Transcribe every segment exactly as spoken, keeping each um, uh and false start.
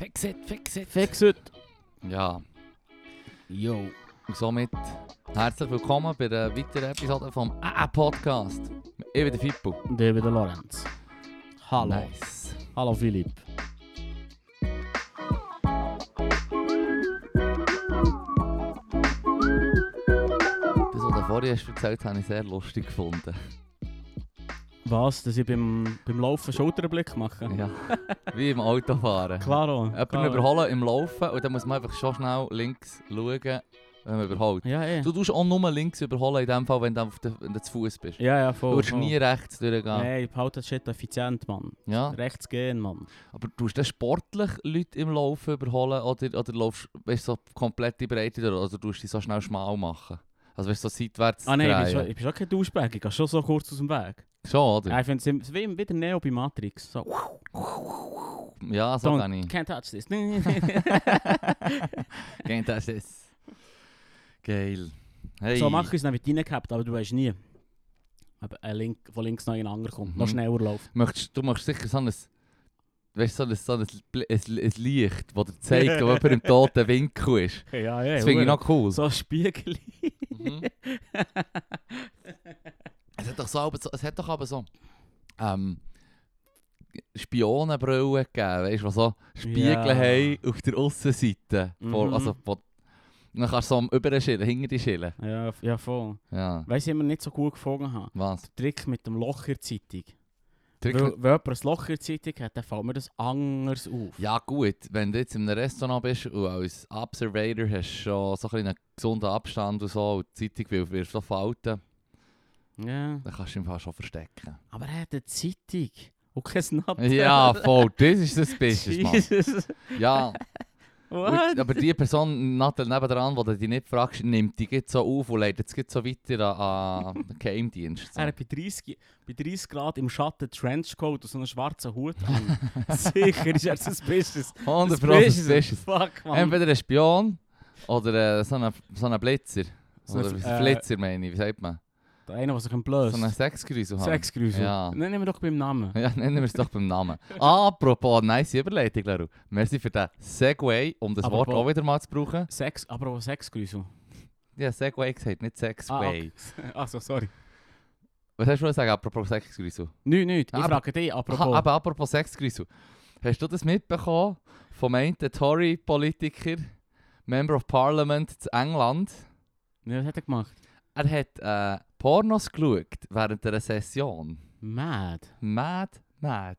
Fix it, fix it. Fix it. Ja, Yo. und somit herzlich willkommen bei einer weiteren Episode vom A A Podcast. Ich bin der Fippo. Und ich bin der Lorenz. Hallo. Nice. Hallo Philipp. Das, was du vorhin hast erzählt, habe ich sehr lustig gefunden. Was? Dass ich beim, beim Laufen Schulterblick mache? Ja, wie im Autofahren. Klaro. Jemanden klaro. überholen im Laufen und dann muss man einfach schon schnell links schauen, wenn man überholt. Ja, eh. Du tust auch nur links überholen in dem Fall, wenn du auf den, wenn du zu Fuß bist. Ja, ja, voll. Du würdest voll. nie rechts durchgehen. Nein, ich behalte das Shit effizient, Mann. Ja. Rechts gehen, Mann. Aber tust du sportlich Leute im Laufen überholen oder, oder laufst du so komplett die Breite durch, oder tust du die so schnell schmal machen? Also weißt du, so seitwärts Ah nein, ich bin, drehen? schon, ich bin schon kein Duschbag. Ich gehe schon so kurz aus dem Weg. Schon, oder? Ja, ich finde es wie wieder Neo bei Matrix. So. Ja, so kann Don't, ich. can't touch this. Geht das ist. Geil. Hey. So mache ich es dann mit reingehabt, aber du weißt nie. Ob ein Link von links noch ein anderer kommt. Mhm. Noch schneller laufen. Möchtest, du machst sicher so ein, weißt, so ein, so ein, ein, ein Licht, das dir zeigt, ob jemand im toten Winkel ist. Ja, ja. Das finde ich noch cool. So ein Spiegel. Mhm. Es hat doch so, aber so, es hat doch aber so ähm, Spionenbrillen gegeben, weißt du, die so Spiegel Ja. haben auf der Aussenseite. Vor, Mhm. also, wo, dann kannst du so am überen schillen, hinter die schillen. Ja, f- ja, voll. Ja. Weißt du, ich immer nicht so gut gefunden habe? Was? Der Trick mit dem Loch in der Zeitung. Trick Weil, mit- wenn jemand ein Loch in der Zeitung hat, dann fällt mir das anders auf. Ja gut, wenn du jetzt in einem Restaurant bist und als Observator hast du schon so ein bisschen einen gesunden Abstand und so und die Zeitung will- wird so falten, Ja. dann kannst du ihn fast schon verstecken. Aber er hat eine Zeitung und kein Snap. Ja, voll, das ist das Business, Mann. Jesus. Ja, What? und, aber die Person Nathalie nebendran, die du dich nicht fragst, nimmt die geht so auf und leitet es geht so weiter an, an den Geheimdienst. So. Er hat bei dreißig, bei dreißig Grad im Schatten Trenchcoat und so einen schwarzen Hut an. Sicher ist er suspicious. hundert Prozent suspicious. Fuck, man. Entweder ein Spion oder äh, so ein so ein Blitzer. So Oder ein- ein äh, Flitzer meine ich, wie sagt man? Der eine, der sich blöst. So einen Sexgrüßel haben. Sexgrüßel. Ja. Nennen wir doch beim Namen. Ja, nennen wir es doch beim Namen. Apropos, nice Überleitung, Leru. Merci für den Segway, um das Apropos- Wort auch wieder mal zu brauchen. Sex, aber auch Sexgrüßel. Ja, Segway gesagt, nicht Sexway. Ah, okay. Achso, sorry. Was hast du sagen, apropos Sexgrüßel? Nichts, nichts. Ich Aber- frage dich, apropos. Aha, aber apropos Sexgrüßel. Hast du das mitbekommen vom einen Tory-Politiker, Member of Parliament zu England? Ja, was hat er gemacht? Er hat äh, Pornos geschaut während einer Session. Mad. Mad, mad.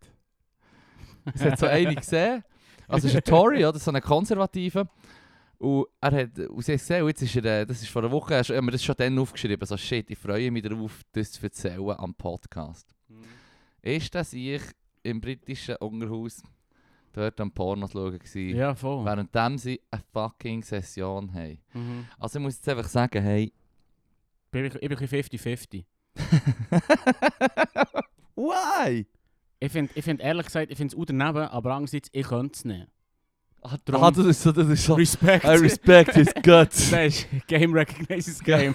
Es hat so eine gesehen. Also es ist ein Tory, oder? So ein Konservativer. Und er hat, und sie hat gesehen, und jetzt ist er, äh, das ist vor einer Woche, er hat mir das schon dann aufgeschrieben, so shit, ich freue mich darauf, das zu erzählen am Podcast. Ist das ich im britischen Unterhaus dort am Pornos schauen gewesen, Ja, voll. währenddem sie eine fucking Session haben. Mhm. Also ich muss jetzt einfach sagen, hey... Ich bin, ich bin ein bisschen fifty fifty. Why? Ich finde ich find, ehrlich gesagt, ich finde es auch daneben, aber andererseits, ich könnte es nicht. Ah, Drum- ah, das ist so, das ist so... Respect. I respect his guts. Das ist Game recognizes Game.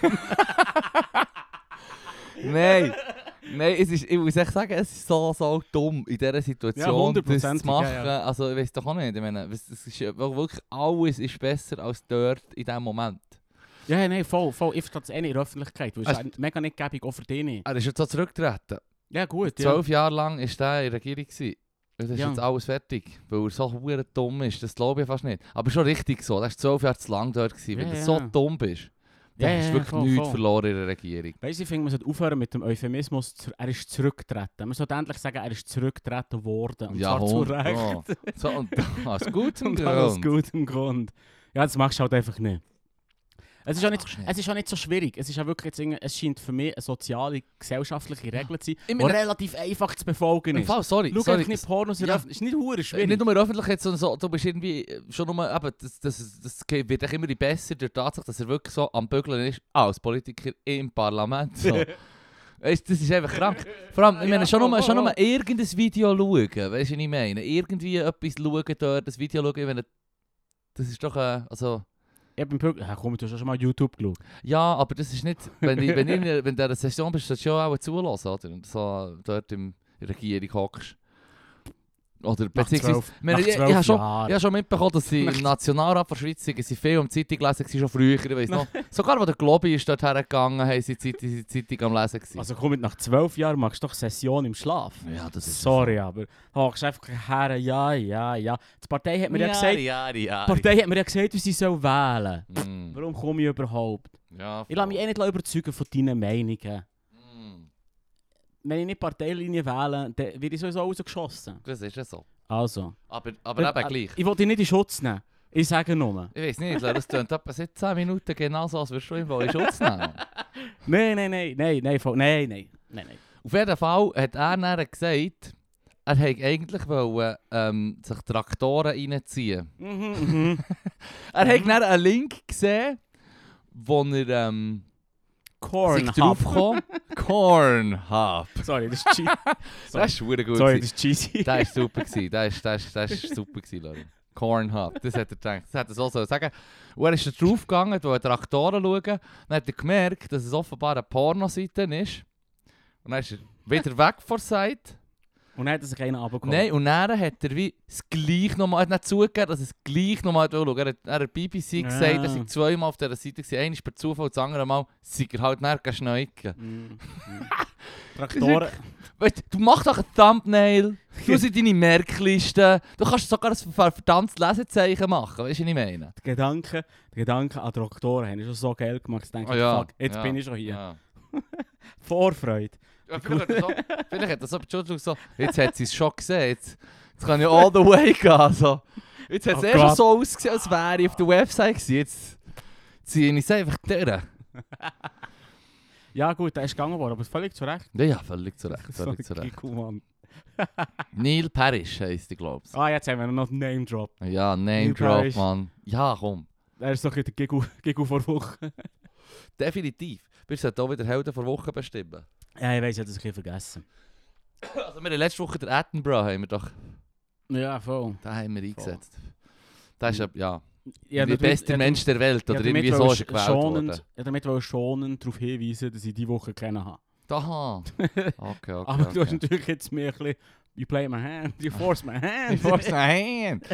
Nein, nein, es ist, ich muss echt sagen, es ist so, so dumm in dieser Situation, Ja, das hundertprozentig, zu machen. ja, ja. Also ich weiß doch auch nicht, ich meine, es es ist ja wirklich alles ist besser als dort in diesem Moment. Ja, nein, voll, voll. Ich verstehe es eh nicht in der Öffentlichkeit. weil Es Es- ist mega nicht gäbig, auch für dich nicht. Er ist jetzt so zurückgetreten. Ja, gut. Ja. Zwölf Jahre lang war er in der Regierung. gewesen. Und das ist Ja. jetzt alles fertig, weil er so verdammt dumm ist. Das glaube ich fast nicht. Aber schon richtig so, er war zwölf Jahre zu lang dort. Gewesen. Wenn Ja, du ja. so dumm bist, dann Ja, hast du ja, wirklich voll, nichts voll. verloren in der Regierung. Weißt du, ich finde, man sollte aufhören mit dem Euphemismus, zu- er ist zurückgetreten. Man sollte endlich sagen, er ist zurückgetreten worden. Und zwar zu hund- Recht. oh. So, und aus gutem Und aus Grund. gutem Grund. Ja, das machst du halt einfach nicht. Es ist, auch nicht, machst du nicht. es ist auch nicht so schwierig. Es ist auch wirklich jetzt, irgendwie- es scheint für mich eine soziale, gesellschaftliche Regel zu sein, Ich die meine- relativ einfach zu befolgen Im ist. Fall, sorry, Schau sorry. einfach nicht Pornos, Ja. ja. ist nicht hure schwierig. Nicht nur Öffentlichkeit, sondern so, du bist irgendwie äh, schon nur, eben, das, das, das geht- wird echt immer besser durch die Tatsache, dass er wirklich so am Bügeln ist, als Politiker im Parlament. So. Weißt, das ist einfach krank. Vor allem, ich meine, Ja, schon, nur, voll, schon voll. nur irgendein Video schauen, weißt du, was ich meine? Irgendwie etwas schauen dort, das Video schauen, ich meine, das ist doch, äh, also... Ich hab im Pögel, ja, komm, du hast schon mal YouTube geschaut. Ja, aber das ist nicht, wenn du wenn in, wenn du in der Session bist, solltest du schon auch zulassen, oder? Und so dort im, in der Regierung hockst. Oder Nach beziehungsweise, zwölf, wir- nach ich, ich, zwölf ich habe schon, Jahren. ich habe schon mitbekommen, dass sie im Nationalrat der Schweiz sind, sie viel am Zeitung gelesen waren, schon früher, ich weiss noch. Sogar wo der Globi ist dort hergegangen, haben sie die Zeitung, die Zeitung am Lesen gewesen. Also komm, mit nach zwölf Jahren machst du doch Session im Schlaf. ja, das ist Sorry, aber du hockst einfach her, ja, ja, ja. Die Partei hat mir ja, gesagt, ja, ja. die Partei hat mir ja gesagt, wie sie soll wählen. Mm. Warum komme ich überhaupt? Ja, Ich lasse mich eh nicht überzeugen von deinen Meinungen. Mm. Wenn ich nicht Parteilinie wähle, dann werde ich sowieso rausgeschossen. Das ist ja so. Also. Aber, aber eben Äh, gleich. Ich will dich nicht in Schutz nehmen. Ich sage nur. Ich weiß nicht, das tönt etwa seit zehn Minuten genau so, als würdest du ihn in Schutz nehmen. Nein, nein, nein, nein, nein, voll- nein, nein, nein, nein. Auf jeden Fall hat er dann gesagt, er hätte eigentlich wollen, ähm, sich Traktoren reinziehen. Mhm, mhm. Er hat dann einen Link gesehen, wo er ähm, Corn sich Hub. draufkam. Corn Hub. Sorry, das ist cheesy. Das ist verdammt gut. Sorry, gewesen. das ist cheesy. Das war super. gewesen. Das ist, das ist, das ist super, gewesen, Leute. Corn Hub. Das hat er gedacht. Das hat er so sollen sagen. Und er ist da draufgegangen, wollte Traktoren schauen. Dann hat er gemerkt, dass es offenbar eine Pornoseite ist. Und dann ist er wieder weg von der Seite. Und dann hat er sich einen abgekommen. Nein, und dann hat er wie das gleich nochmal, er hat nicht zugegeben, dass er es gleich nochmal schauen. Er hat, er hat B B C gesagt, Ja. er sei zweimal auf dieser Seite gewesen. Einmal per Zufall, das andere Mal sei er halt nicht schneuken. Mhm. mhm. Traktoren. Weißt, du machst doch ein Thumbnail, du sie deine Merkliste, du kannst sogar ein ver- verdammtes Lesezeichen machen, weißt du, was ich meine? Der Gedanke, der Gedanke an Traktoren haben schon so geil gemacht, dass ich denke, Oh ja, fuck, jetzt ja, bin ich schon hier. Ja. Vorfreude. Ja, vielleicht, hat er so, vielleicht hat er so, Entschuldigung, so, jetzt hat sie es schon gesehen, jetzt, jetzt kann ich all the way gehen. So. Jetzt hat es Oh eh schon Gott. so ausgesehen, als wäre ich auf der Website gewesen. Jetzt ziehe ich es einfach durch. Ja gut, der ist gegangen worden, aber völlig zu Recht. Ja, ja, völlig zu Recht. Völlig zu Sorry, Recht. cool, Mann. Neil Parrish heisst ich, glaube ich. Ah, jetzt haben wir noch einen Name Drop. Ja, Name Neil Drop, Parrish. Mann. Ja, komm. Er ist doch der Gigu, Gigu vor Woche. Definitiv. Wir sollten auch wieder Helden vor Woche bestimmen. Ja, ich weiss, ich habe das ein bisschen vergessen. Also wir haben letzte Woche den Attenborough haben wir doch, Ja, voll. den haben wir eingesetzt. Das ist ja, ja Ja, der beste Mensch der Welt, oder irgendwie so ist er gewählt worden. Ich wollte damit schonend darauf hinweisen, dass ich diese Woche kennen habe. Aha. Okay, okay, Aber du hast okay. natürlich jetzt mir ein bisschen... You play my hand, you force my hand. Force my hand.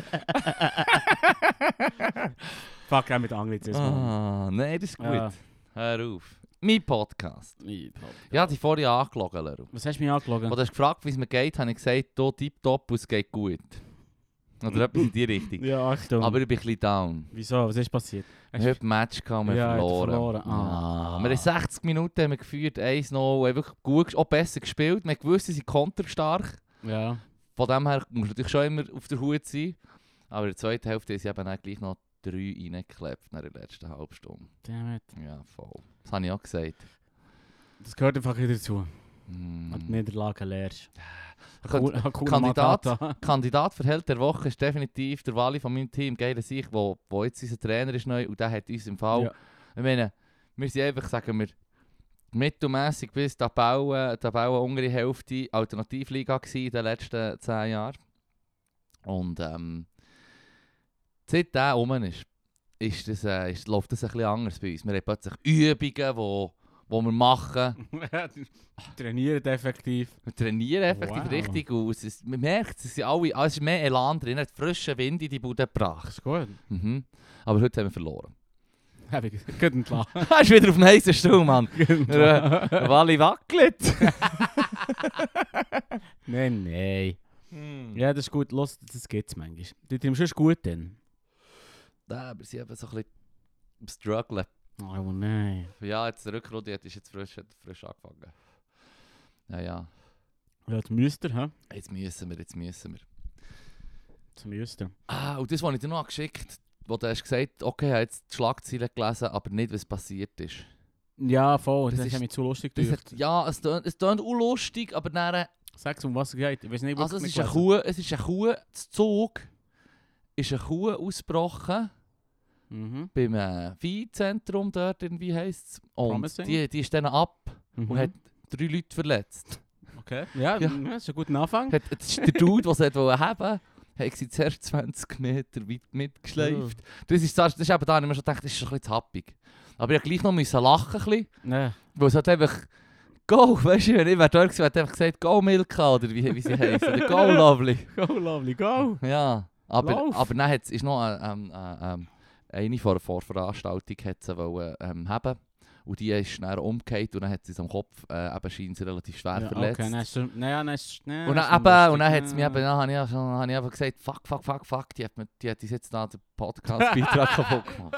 Fuck, auch mit Anglizismus. Ah, nein, das ist gut. Ja. Hör auf. Mein Podcast. Ja, die vorhin angelogen, Leru. Was hast du mich angelogen? Wo du hast gefragt, wie es mir geht, habe ich gesagt, du tipptopp und es geht gut. Oder etwas in die Richtung. Ja, Achtung. Aber ich bin ein bisschen down. Wieso? Was ist passiert? Wir haben ein Match gehabt, wir Ja, haben hat er verloren. verloren. Ah. Ja. Wir haben sechzig Minuten haben wir geführt, eins null, haben wirklich gut, auch besser gespielt. Wir haben gewusst, sie sind konterstark. Ja. Von dem her muss natürlich schon immer auf der Hut sein. Aber in der zweiten Hälfte haben sie eben auch gleich noch drei reingeklebt in der letzten halben Stunde. Damn it. Ja, voll. Das habe ich auch gesagt. Das gehört einfach wieder dazu. Mm. Wenn du Niederlagen lernst. Kan- Hakuna Kandidat, Matata. Kandidat für Held der Woche ist definitiv der Wally von meinem Team, Geile Sicht, wo, wo jetzt unser Trainer ist neu und der hat uns im Fall... Ja. Ich meine, wir sind einfach, sagen wir, mittelmässig bis Tabellen, Tabellen untere Hälfte Alternativliga gewesen in den letzten zehn Jahren. Und ähm, seit der rum ist, ist das, äh, ist, läuft das ein bisschen anders bei uns. Wir haben plötzlich Übungen, wo, wo wir machen. Trainieren effektiv. Wir trainieren effektiv Wow. richtig und es ist, man merkt, es, sind alle, es ist mehr Elan drin, hat frischen Wind in die Bude gebracht. Das ist gut. Mhm. Aber heute haben wir verloren. Hab ich gut entlassen. Er ist wieder auf dem heißen Stuhl, Mann. Gut entlassen. Der Wally wackelt. Nein, nein. Hm. Ja, das ist gut. Los, das gibt's manchmal. Du trimmst schon gut dann. Ja, wir sind eben so ein bisschen am Strugglen. Oh nein. Ja, jetzt der Rückrunde hat ist jetzt frisch, hat frisch angefangen. Ja, ja. Ja, das müsst ihr, hä? Jetzt müssen wir, jetzt müssen wir. Das müsst ihr. Ah, und das, was ich dir noch geschickt habe, wo du hast gesagt, okay, ich habe jetzt die Schlagzeilen gelesen, aber nicht, was passiert ist. Ja, voll. Das Das, ist- ist mich zu lustig Das gedacht. hat, ja, es tönt, es tönt unlustig, aber dann... Sag's, um was es geht. Ich weiß nicht, Also es nicht ist eine Kuh, es ist eine Kuh, das Zug ist eine Kuh ausgebrochen Mhm. beim äh, Viehzentrum dort, irgendwie heisst es. Und Promising. die, die ist dann ab Mhm. und hat drei Leute verletzt. Okay. Ja, Ja. ja, das ist ein guter Anfang. Hat, das ist der Dude, der es haben wollte, hat sie zuerst zwanzig Meter weit mitgeschleift. Das ist, das ist eben da, ich mir schon gedacht, das ist schon ein bisschen zu happig. Aber ich musste gleich noch müssen lachen, ein bisschen, Nein. weil es halt einfach Go, weißt du, wenn ich wäre dort gewesen, hätte einfach gesagt, Go Milka, oder wie, wie sie heißen, oder Go Lovely. Go, lovely, go! Ja, aber, Lauf. aber dann hat's, ist noch äh, ähm, äh, ähm, eine vor der Vorveranstaltung hat sie wollen, ähm, haben. Und die ist dann umgekehrt und dann hat sie es am Kopf äh, eben scheint sie relativ schwer Ja, verletzt. okay, dann hast du... Nein, dann hast du... Und dann, eben, und dann hat es mir eben, dann habe ich, ja schon- habe ich einfach gesagt, fuck, fuck, fuck, fuck, die hat, mir, die hat uns jetzt da den Podcast-Beitrag kaputt gemacht.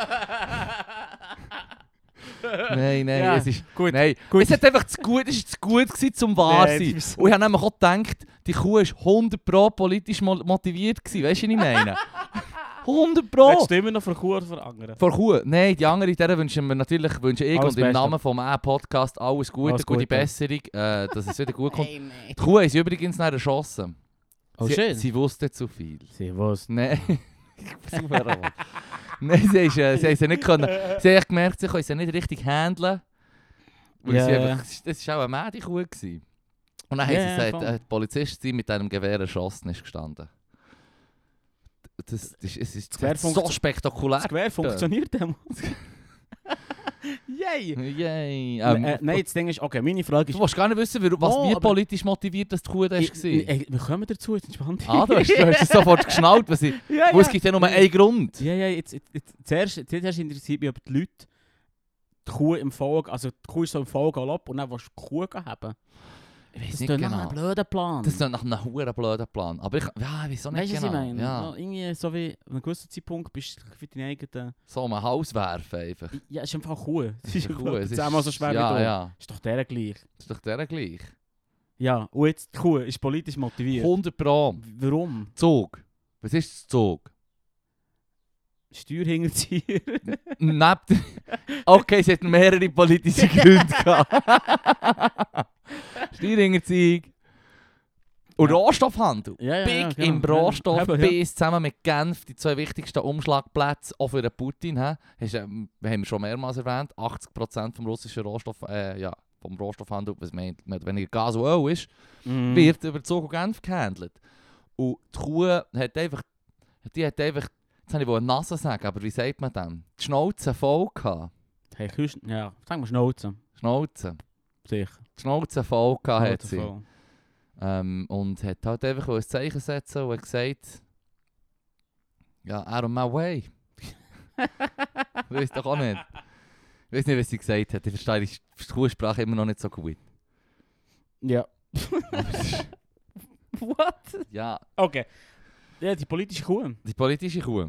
Nein, nein, Ja, es ist... gut, Nein, gut. es hat einfach zu gut, es ist zu gut gewesen, zum wahr Nee, sein. das ist- Und ich habe nämlich auch gedacht, die Kuh war hundert Pro politisch mo- motiviert gewesen, weißt du, was ich meine? hundert Pro! Redest du immer noch von Kuh oder von anderen? Vor Kuh? Nein, die anderen, deren wünschen wir natürlich wünschen ich Alles und im Beste. Namen vom A-Podcast alles Gute, Alles gute Gute. Besserung, äh, dass es wieder gut kommt. Hey, Die Kuh haben sie übrigens nachher erschossen. Oh, sie, schön. sie wusste zu viel. Sie was? Nein. Super, aber. Nein, sie, ist, äh, sie haben sie nicht können. Sie haben echt gemerkt, sie können sie nicht richtig handeln. Weil Ja, sie ja. einfach, das war auch eine Mädikuh. gewesen. Und dann Ja, haben sie ja, gesagt, voll. äh, die Polizistin mit einem Gewehr erschossen ist gestanden. Das, das, ist- es ist Das Gewehr so funktio- spektakulär. Das Gewehr funktioniert dann. Yay! Yay. Ähm, äh, nein, das Ding ist, okay, meine Frage Du ist... willst gar nicht wissen, wie- was Oh, wie aber- politisch motiviert das die Kuh da war. Ich- ich- Wir kommen dazu, jetzt entspannt. Ah, du hast, du hast es sofort geschnallt, was ich... ja, Wo es gibt ja nur einen Grund. Ja, ja, jetzt, jetzt, jetzt, zuerst, zuerst interessiert mich, ob die Leute die Kuh im Folge, also die Kuh ist so im Folgalopp und dann willst du die Kuh haben. Ich Das weiß ist nicht doch genau. nach einem blöden Plan. Das ist nach einem huere blöden Plan. Aber ich... Ja, wieso nicht Weißt du, was genau? ich meine? Ja. So, irgendwie so wie an einem gewissen Zeitpunkt bist du für deine eigenen... So um ein Haus werfen einfach. Ja, es ist einfach eine Kuh. Das ist eine Kuh. Es ist zehnmal so schwer ja, wie du. ja. Ist doch der gleich. Das ist doch der gleich. Ja, und jetzt die Kuh ist politisch motiviert. hundert Pro. Warum? Zug. Was ist das Zug? Steuerhinterzieher. Neben... Okay, sie hat mehrere politische Gründe gehabt. Steuerhinterziehung. Und Ja. Rohstoffhandel. ja, ja, Big ja, genau. im Rohstoff, Eben, ja. bis zusammen mit Genf, die zwei wichtigsten Umschlagplätze, auch für den Putin. He? Hast, ähm, wir haben schon mehrmals erwähnt, achtzig Prozent vom russischen Rohstoff, äh, ja, vom Rohstoffhandel, was mehr mehr oder weniger Gas und Öl ist, Mhm. wird über Zug und Genf gehandelt. Und die Kuh hat einfach, die hat einfach, jetzt habe ich wohl eine Nase sagen, aber wie sagt man dem? Die Schnauze voll gehabt. Hey, Küsten, ja, sagen wir Schnauze. Schnauze. Sicher. Die Schnauze voll gehabt hat Schnauze sie. voll. Ähm, und hat halt einfach ein Zeichen setzen und hat gesagt, ja, out of my way. Ich weiß doch auch nicht. Ich weiß nicht, was sie gesagt hat. Ich verstehe die die Kuhsprache immer noch nicht so gut. Ja. Aber es ist- What? ja, Okay. Ja, die politische Kuh. die politische Kuh.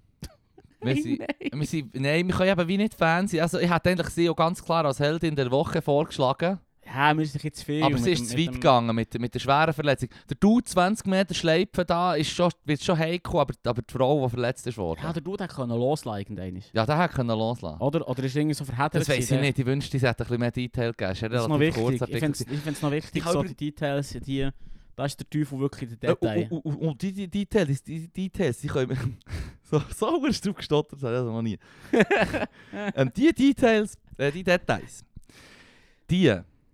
Wir Nein, sind, nein. wir sind, nein, wir können eben wie nicht Fans sein. Also ich hätte eigentlich sie auch ganz klar als Heldin der Woche vorgeschlagen. Ja, mir ist doch jetzt viel. Aber mit sie ist dem- zu mit weit dem- gegangen mit, mit der schweren Verletzung. Der Dude zwanzig Meter Schleifen da ist schon, wird schon heikel, aber, aber die Frau, die verletzt ist worden. Ja, der Dude hätte können loslassen können. Ja, den hätte können loslassen. Oder, oder ist irgendwie so verheddert. Das weiß ich gewesen, nicht. Ich wünschte, sie hätte ein bisschen mehr Detail gegeben. Es ist ein Das ist noch relativ wichtig. kurzer Ich Artikel. finde es noch wichtig, Ich habe so über- die Details, die, da ist der Teufel wirklich in den Äh, Details. Und, und, und, und die, die Details, die, die Details, die können wir... so so hast du gestottert, das habe ich also noch nie. ähm, die Details, äh, die Details, die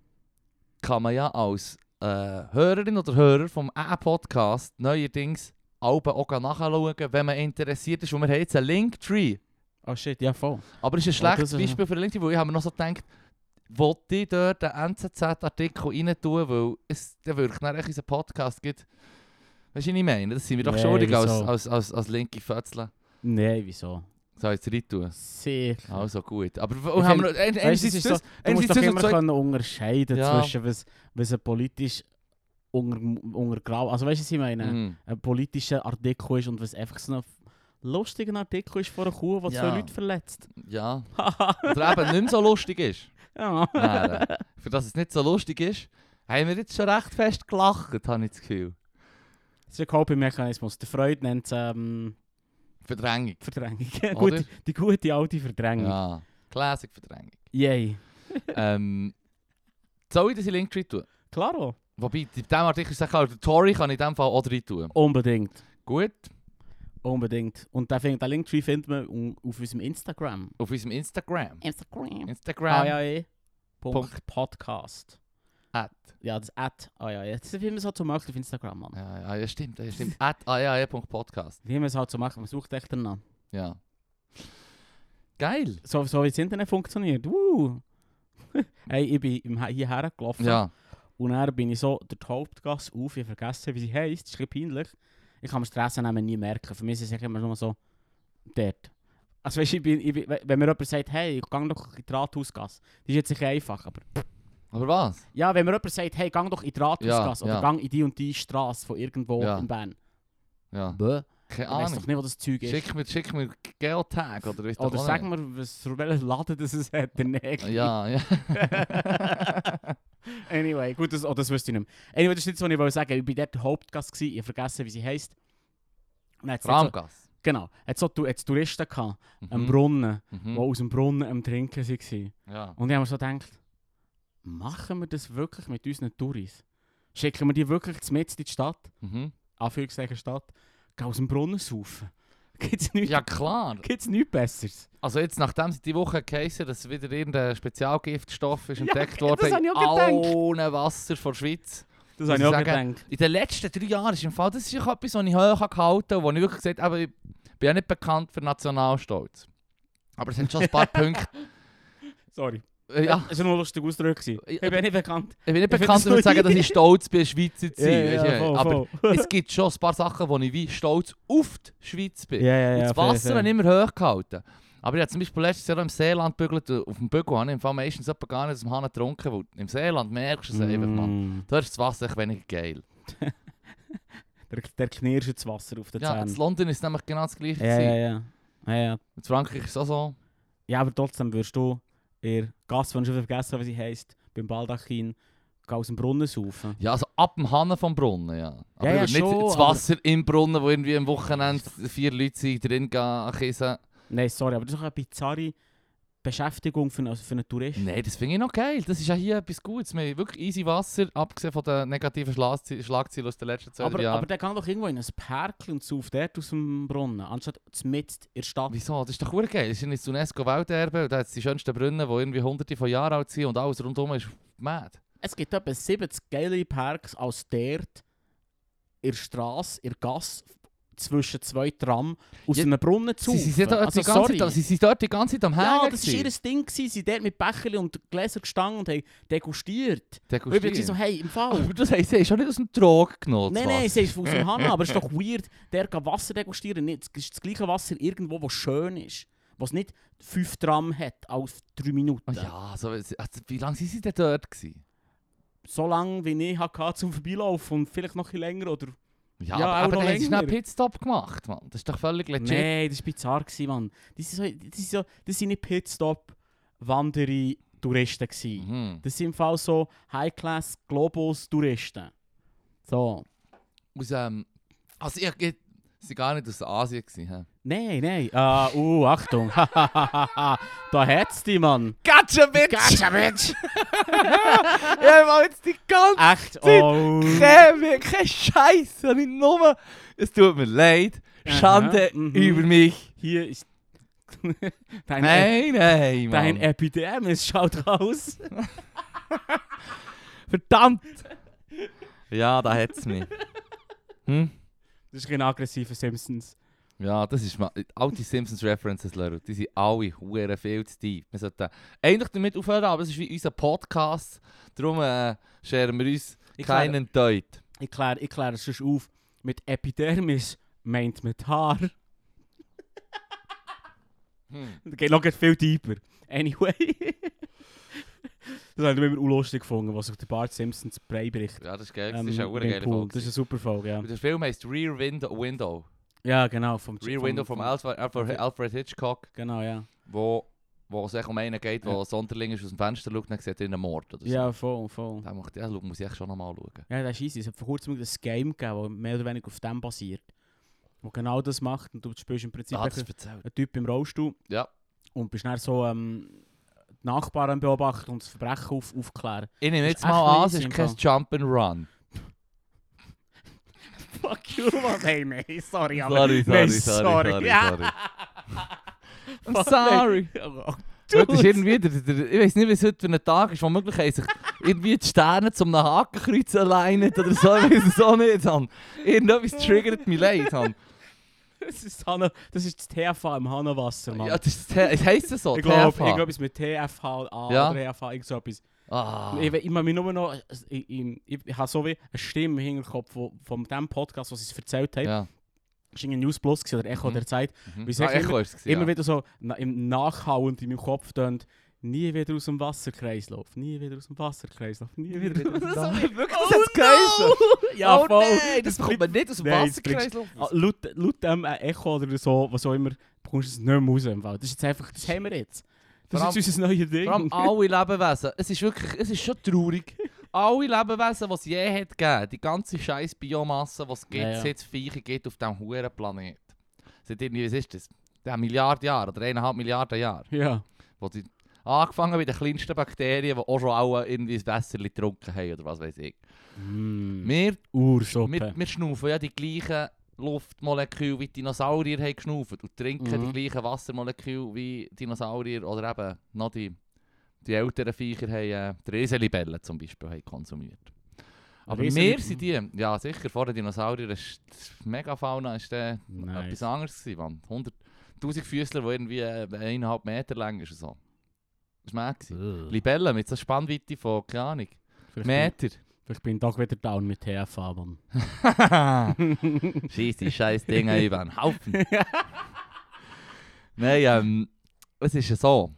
kann man ja als äh, Hörerin oder Hörer vom A-Podcast neuerdings auch nachschauen, wenn man interessiert ist. Und wir haben jetzt einen Linktree. Oh shit, ja voll. Aber es ist ein Oh, schlechtes das ist- Beispiel für den Linktree, weil ich habe mir noch so gedacht, wollte ich dort den N Z Z-Artikel rein tun, weil es der wirklich nach unseren Podcast gibt. Weißt du, was ich meine? Das sind wir doch Nee, schuldig als, wieso? als, als, als linke Fötzle. Nein, wieso? So, jetzt rein tun. Sicher. Also gut. Aber Ich wir haben find- wir, ein- Weißt du, es einerseits ist so, das, du musst einerseits doch das und immer zwei- können unterscheiden Ja. zwischen was, was ein politisch unter, untergraben, also weißt du, was ich meine? Mhm. Ein politischer Artikel ist und was einfach so ein lustiger Artikel ist von einer Kuh, die Ja. zwei Leute verletzt. Ja. Oder eben nicht mehr so lustig ist. Ja. Nein, für das es nicht so lustig ist, haben wir jetzt schon recht fest gelacht, habe ich das Gefühl. Das ist ein Coping-Mechanismus. Der Freud nennt es ähm, Verdrängung. Verdrängung. Oder? Gute, die gute alte Verdrängung. Ja. Classic Verdrängung. Yay. ähm, soll ich das in Linktree tun? Klaro. Wobei, in diesem Artikel sagt auch, der Tory kann in diesem Fall auch rein tun. Unbedingt. Gut, Unbedingt. Und den, find- den Linktree findet man un- auf unserem Instagram. auf unserem Instagram. Instagram. Instagram. A J E. Punkt. Punkt Podcast. At. Ja, das At. Ah ja, jetzt wie man es halt so macht auf Instagram, Mann. Ja, ja, ja, stimmt, ja, stimmt. At a j a e punkt podcast. Wie man es halt so macht, man sucht echt danach. Ja. Geil. So, so wie das Internet funktioniert. Uh. hey, ich bin im- hierher gelaufen. Ja. Und dann bin ich so durch die Hauptgasse auf, ich habe vergessen, wie sie heisst. Das ist ein bisschen peinlich. Ich kann mir Strassennamen nie merken. Für mich ist es immer nur so dort. Also weißt, ich bin, ich bin, wenn mir jemand sagt, hey, geh doch in die Rathausgasse. Das ist jetzt sicher einfach, aber... Aber was? Ja, wenn mir jemand sagt, hey, geh doch in die Rathausgasse Ja, oder ja. geh in die und die Straße von irgendwo Ja. in Bern. Ja. Bäh. Keine Ich weiss Ahnung. doch nicht, wo das Zeug ist. Schick mir, schick mir Geotag oder weißt du Oder auch sag nicht. mir, was für welchen Laden das es hat, der Nägel. Ja, ja. Anyway, gut, das, oh, das wüsste ich nicht mehr. Anyway, das ist nicht so, was ich wollte sagen. Ich war dort der Hauptgast, gewesen, ich habe vergessen, wie sie heisst. Und dann hat's dort so, Ramgas. genau, es so Tu- hat's Touristen gehabt, am Mhm. Brunnen, die Mhm. aus dem Brunnen am Trinken waren. Ja. Und ich habe mir so gedacht, machen wir das wirklich mit unseren Touris? Schicken wir die wirklich mit in die Stadt, Mhm. Anführungszeichen Stadt, gehen aus dem Brunnen saufen? Gibt's nichts, Ja, klar. gibt's nichts Besseres? Also jetzt, nachdem sie die Woche geheißen, dass wieder irgendein Spezialgiftstoff ist Ja, entdeckt das worden habe ich in auch gedacht. allen Wasser von der Schweiz. Das Muss habe ich auch ich sagen, gedacht. In den letzten drei Jahren ist im Fall, das ist auch etwas, was ich hoch habe gehalten habe, wo ich wirklich gesagt habe, ich bin ja nicht bekannt für Nationalstolz. Aber es sind schon ein paar Punkte. Sorry. Äh, ja, Das war nur ein lustiger Ausdruck. gewesen. Ich bin nicht bekannt. ich bin nicht Ich bekannt finde dafür es zu sagen, so- dass ich stolz bin, Schweizer zu Ja, sein. ja, weisst du, voll, aber voll. es gibt schon ein paar Sachen, wo ich wie stolz auf die Schweiz bin. Ja, ja, Und ja. das fair, Wasser fair. habe ich immer hoch gehalten. Aber ich habe zum Beispiel letztes Jahr im Seeland gebügelt. Auf dem Bügel habe ich im Fall meistens etwa gar nicht aus dem Hahn getrunken, weil im Seeland merkst du es einfach, Mann. Mm. Da ist das Wasser echt weniger geil. Der, der knirscht das Wasser auf den Ja, in Zähnen. London ist es nämlich genau das gleiche. Ja, ja, gewesen. ja. ja, ja. In Frankreich ist es auch so. Ja, aber trotzdem würdest du in der Gasse, wenn ich schon vergessen habe, wie sie heisst, beim Baldachin, geh aus dem Brunnen saufen. Ja, also ab dem Hahn vom Brunnen, ja. Aber Ja, ja, ich würde schon, nicht das aber- Wasser im Brunnen, wo irgendwie am Wochenende vier Leute sind, drin gehen kissen. Nein, sorry, aber das ist auch eine bizarre Beschäftigung für, einen- für einen Tourist. Nein, das finde ich noch geil. Das ist ja hier etwas Gutes. Wir haben wirklich easy Wasser, abgesehen von den negativen Schlagzeilen Schlagzeilen aus den letzten zwei aber, Jahren. aber der kann doch irgendwo in ein Park und sauft dort aus dem Brunnen, anstatt mitten in der Stadt. Wieso? Das ist doch verdammt geil. Das ist ein UNESCO-Welterbe und da hat es die schönsten Brunnen, die irgendwie hunderte von Jahren alt sind und alles rundherum ist mad. Es gibt etwa siebzig geile Parks als dort in der Straße, in der Gasse, zwischen zwei Tram aus Ja, einem Brunnen zu. Sie, sie, sind dort also, die ganze sorry. Zeit, sie sind dort die ganze Zeit am Hängen. Ja, das war gewesen. ihr Ding. gewesen. Sie sind dort mit Becherli und Gläser gestanden und haben degustiert. Degustiert. Und ich bin so, hey, im Fall. Aber das heisst, sie haben schon nicht aus dem Trog genommen. Nein, das nein, Wasser. sie ist aus dem Hahn, aber es ist doch weird, der kann Wasser degustieren. Nicht. Es ist das gleiche Wasser irgendwo, das schön ist. Was nicht fünf Tram hat, auf drei Minuten. Ah ja, also, also, wie lange waren sie denn dort? Gewesen? So lange, wie ich hatte zum Vorbeilaufen und vielleicht noch ein bisschen länger. Oder... Ja, Ja, aber, auch aber noch dann haben sie schnell einen länger. Pitstop gemacht, Mann. Das ist doch völlig legit. Nein, das war bizarr, gewesen, Mann. Das sind, so, das sind, so, das sind nicht Pitstop-Wanderer-Touristen. gewesen. Mhm. Das sind im Fall so High-Class-Globus-Touristen. So. Aus, ähm, also ich, ich, sie waren gar nicht aus Asien. Gewesen, hä? Nein, nein. Ah, uh, Achtung. Da hat's die, Mann. Gotcha, bitch! Gotcha, bitch! Ja, mal jetzt die ganze Echt? Oh. Keine, keine Scheiße, habe ich nur. Es tut mir leid. Schande Aha, mhm. über mich. Hier ist... dein Nein, nein, Dein Mann. Epidermis schaut raus. Verdammt! Ja, da hat's mich. Hm? Das ist kein aggressiver Simpsons. Ja, das ist mal. Alte Simpsons-References, Leute. Die sind alle hure viel zu tief. Wir sollten eigentlich damit aufhören, aber es ist wie unser Podcast. Darum äh, scheren wir uns Ich keinen Deut. Ich kläre ich klär es schon auf. Mit Epidermis meint man die Haar. Hm. Das geht noch viel tiefer. Anyway. Das habe ich immer unlustig gefunden, was auf der Bart Simpsons Brei berichtet. Ja, das ist geil. Das Ähm, ist eine hure beim geile Pool. Folge. Das ist eine super Folge, ja. Und der Film heisst Rear Window. Window. Ja, genau. Vom, Rear vom- Window vom Alfred, Alfred, Alfred Hitchcock, Genau, ja. wo, wo es echt um einen geht, der Ja. Sonderling ist, aus dem Fenster schaut und dann sieht er einen Mord oder so. Ja, voll, voll. Da macht, ja, muss ich echt schon nochmal schauen. Ja, das ist easy. Es hat vor kurzem ein Game gegeben, das mehr oder weniger auf dem basiert. Wo genau das macht. Und du spielst im Prinzip Ah, das einfach ist erzählt. einen Typ im Rollstuhl. Ja. Und bist dann so ähm, die Nachbarn beobachten und das Verbrechen auf, aufklären. Ich nehme Das jetzt ist echt mal noch an, es easy ist im kein Fall. Jump and Run. Fuck you, man. Hey, nein, sorry, aber... Sorry, sorry, Nein, sorry, sorry. sorry, Ja. sorry. I'm Fuck, sorry. nein. Oh, Heute ist irgendwie, der, der, ich weiß nicht, wie es heute für einen Tag ist, wo möglich ist, sich irgendwie die Sterne zum einem Hakenkreuz alleine oder so, ich weiß es auch nicht. Han. Irgendetwas triggert mich leid. Han. Das ist, Hanna, das ist das T F H im Hanawasser, Mann. Ja, das ist, es heisst es so, ich glaube, T F H. glaub, es mit T F H A Ja. oder E F H, irgend so etwas. Ah. Ich, ich, ich, mich nur noch, ich, ich, ich, ich habe so wie eine Stimme im Hinterkopf wo, von dem Podcast, was sie es erzählt haben. Ja. Das war in News Plus oder Echo Mhm. der Zeit. Mhm. Wie sag Ah, ich Echo ist es, Immer ja. wieder so na, im Nachhauend in meinem Kopf tönt, nie wieder aus dem Wasserkreislauf, nie wieder aus dem Wasserkreislauf, nie wieder aus dem Das Wasserkreislauf. hat wirklich Oh das hat's geheißen. Ja, Oh voll. nein, das bekommt man nicht aus dem Nein, das Wasserkreislauf. Ah, laut, laut dem äh, Echo oder so, was auch immer, bekommst du es nicht mehr raus. Im Fall. Das ist jetzt einfach, das haben wir jetzt. Das Vor allem- ist unser neues Ding. Vor allem alle Lebewesen. Es ist wirklich, es ist schon traurig. Alle Lebewesen, die es je hat gegeben, die ganze scheiß Biomasse, die es gibt, Ja, ja. seit es Viecher gibt auf diesem huren Planet. Seit irgendwie, was ist das? Ja, Milliarden Jahre oder eineinhalb Milliarden Jahre. Ja. Wo die, angefangen mit den kleinsten Bakterien, die auch schon alle irgendwie das Wasser getrunken haben oder was weiß ich. Mm. Wir, Ursuppe. wir, wir schnaufen ja die gleichen Luftmoleküle wie die Dinosaurier haben geschnauft und trinken Mhm. die gleichen Wassermoleküle wie Dinosaurier oder eben noch die, die älteren Viecher haben äh, die Riesenlibellen zum Beispiel haben konsumiert. Aber Riesenlib- wir sind die, ja sicher, vor den Dinosauriern, ist die Megafauna ist äh, Nice. etwas anderes gewesen, man. hunderttausend Füßler, die irgendwie äh, eineinhalb Meter lang ist und so. Das war mehr gewesen. Ugh. Libellen mit so Spannweite von, keine Ahnung, Vielleicht Meter. Bin, vielleicht bin ich doch wieder down mit T F A, Mann. Scheiß die scheiß Dinger über einen Haufen. Nein, ähm, es ist ja so,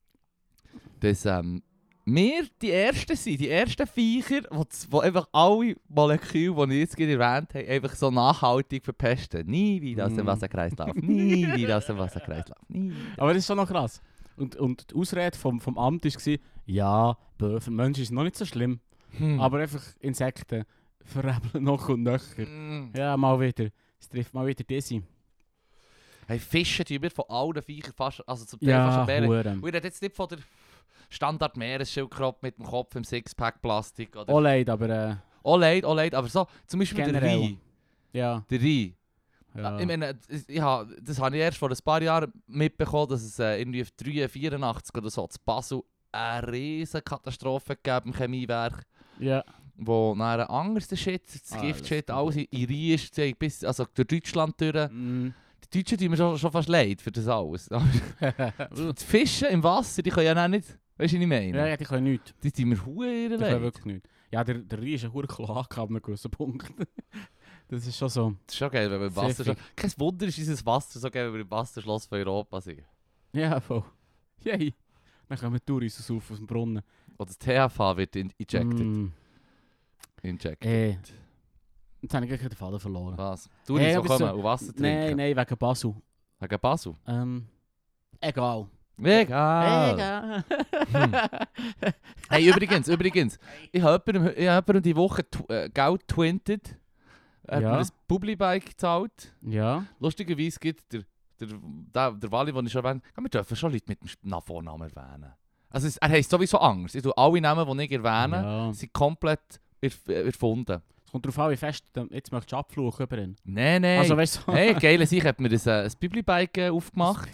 dass ähm, wir die Ersten sind, die ersten Viecher, die einfach alle Moleküle, die ich jetzt gerade erwähnt habe, einfach so nachhaltig verpesten. Nie wieder aus dem Mm. Wasserkreislauf, nie wieder aus dem Wasserkreislauf, nie wieder. Aber das ist schon noch krass. Und, und die Ausrede vom, vom Amt war, ja, bö, für Menschen ist es noch nicht so schlimm. Hm. Aber einfach Insekten verrebeln noch und nöcher. Mm. Ja, mal wieder. Es trifft mal wieder diese. Hey, Fische die wir von allen Viechern fast, also zum Teil fast Ja, schon Bären. Huren. Und ich rede jetzt nicht von der Standard Meeresschildkröte mit dem Kopf im Sixpack Plastik oder... Auch leid, aber äh, Oh leid, oh leid, aber so, zum Beispiel Generell. der Rhein. ja. Der Rhein. ja. Ich meine, das- ich ha, das habe ich erst vor ein paar Jahren mitbekommen, dass es äh, irgendwie vierundachtzig oder so zu Basel eine riesige Katastrophe gab im Chemiewerk, ja. wo nachher ein anderes Shit, das Ah, Giftshit, das- alles in in Rhein ist, sie haben bis, also durch Deutschland durch. Mm. Die Deutschen tun mir schon, schon fast leid für das alles. Die Fische im Wasser, die können ja auch nicht, weißt du, was ich meine? ja, ja, die können nichts. Die tun mir hure Die können leid. wirklich nichts. Ja, der, der Rhein ist ein hoher Kloak ab einem gewissen Punkt. Das ist schon so. Das ist schon geil, wenn wir im Wasser Pfiffig. schon... Kein Wunder ist unser Wasser so geil, wenn wir im Wasserschloss von Europa sind. Ja, voll. Yay. Dann kommen Touris auf aus dem Brunnen. Oder das T H V wird in injected. Mm. Injected. Eh. Jetzt habe ich gleich den Faden verloren. Was? Du nicht Hey, so aber kommen so- und Wasser Nein, trinken? nein, wegen Basel. Wegen Basel? Ähm, egal. Egal. Egal. Hm. Hey, übrigens, übrigens. Ich habe jemandem, ich habe jemandem die Woche tw äh, Geld twintet. Er hat Ja. mir ein Publibike gezahlt. Ja. Lustigerweise gibt der, der, der, der Wally, den ich schon erwähnt habe, wir dürfen schon Leute mit dem Nach- Vornamen erwähnen. Also es, er heisst sowieso anders. Ich tue alle Namen, die ich erwähne, Ja. sind komplett erf erfunden. Es kommt darauf an, wie fest du jetzt möchtest du abfluchen über ihn. Nein, nein. Also weißt du... Hey, geil, ich habe mir das, äh, ein Publibike äh, aufgemacht.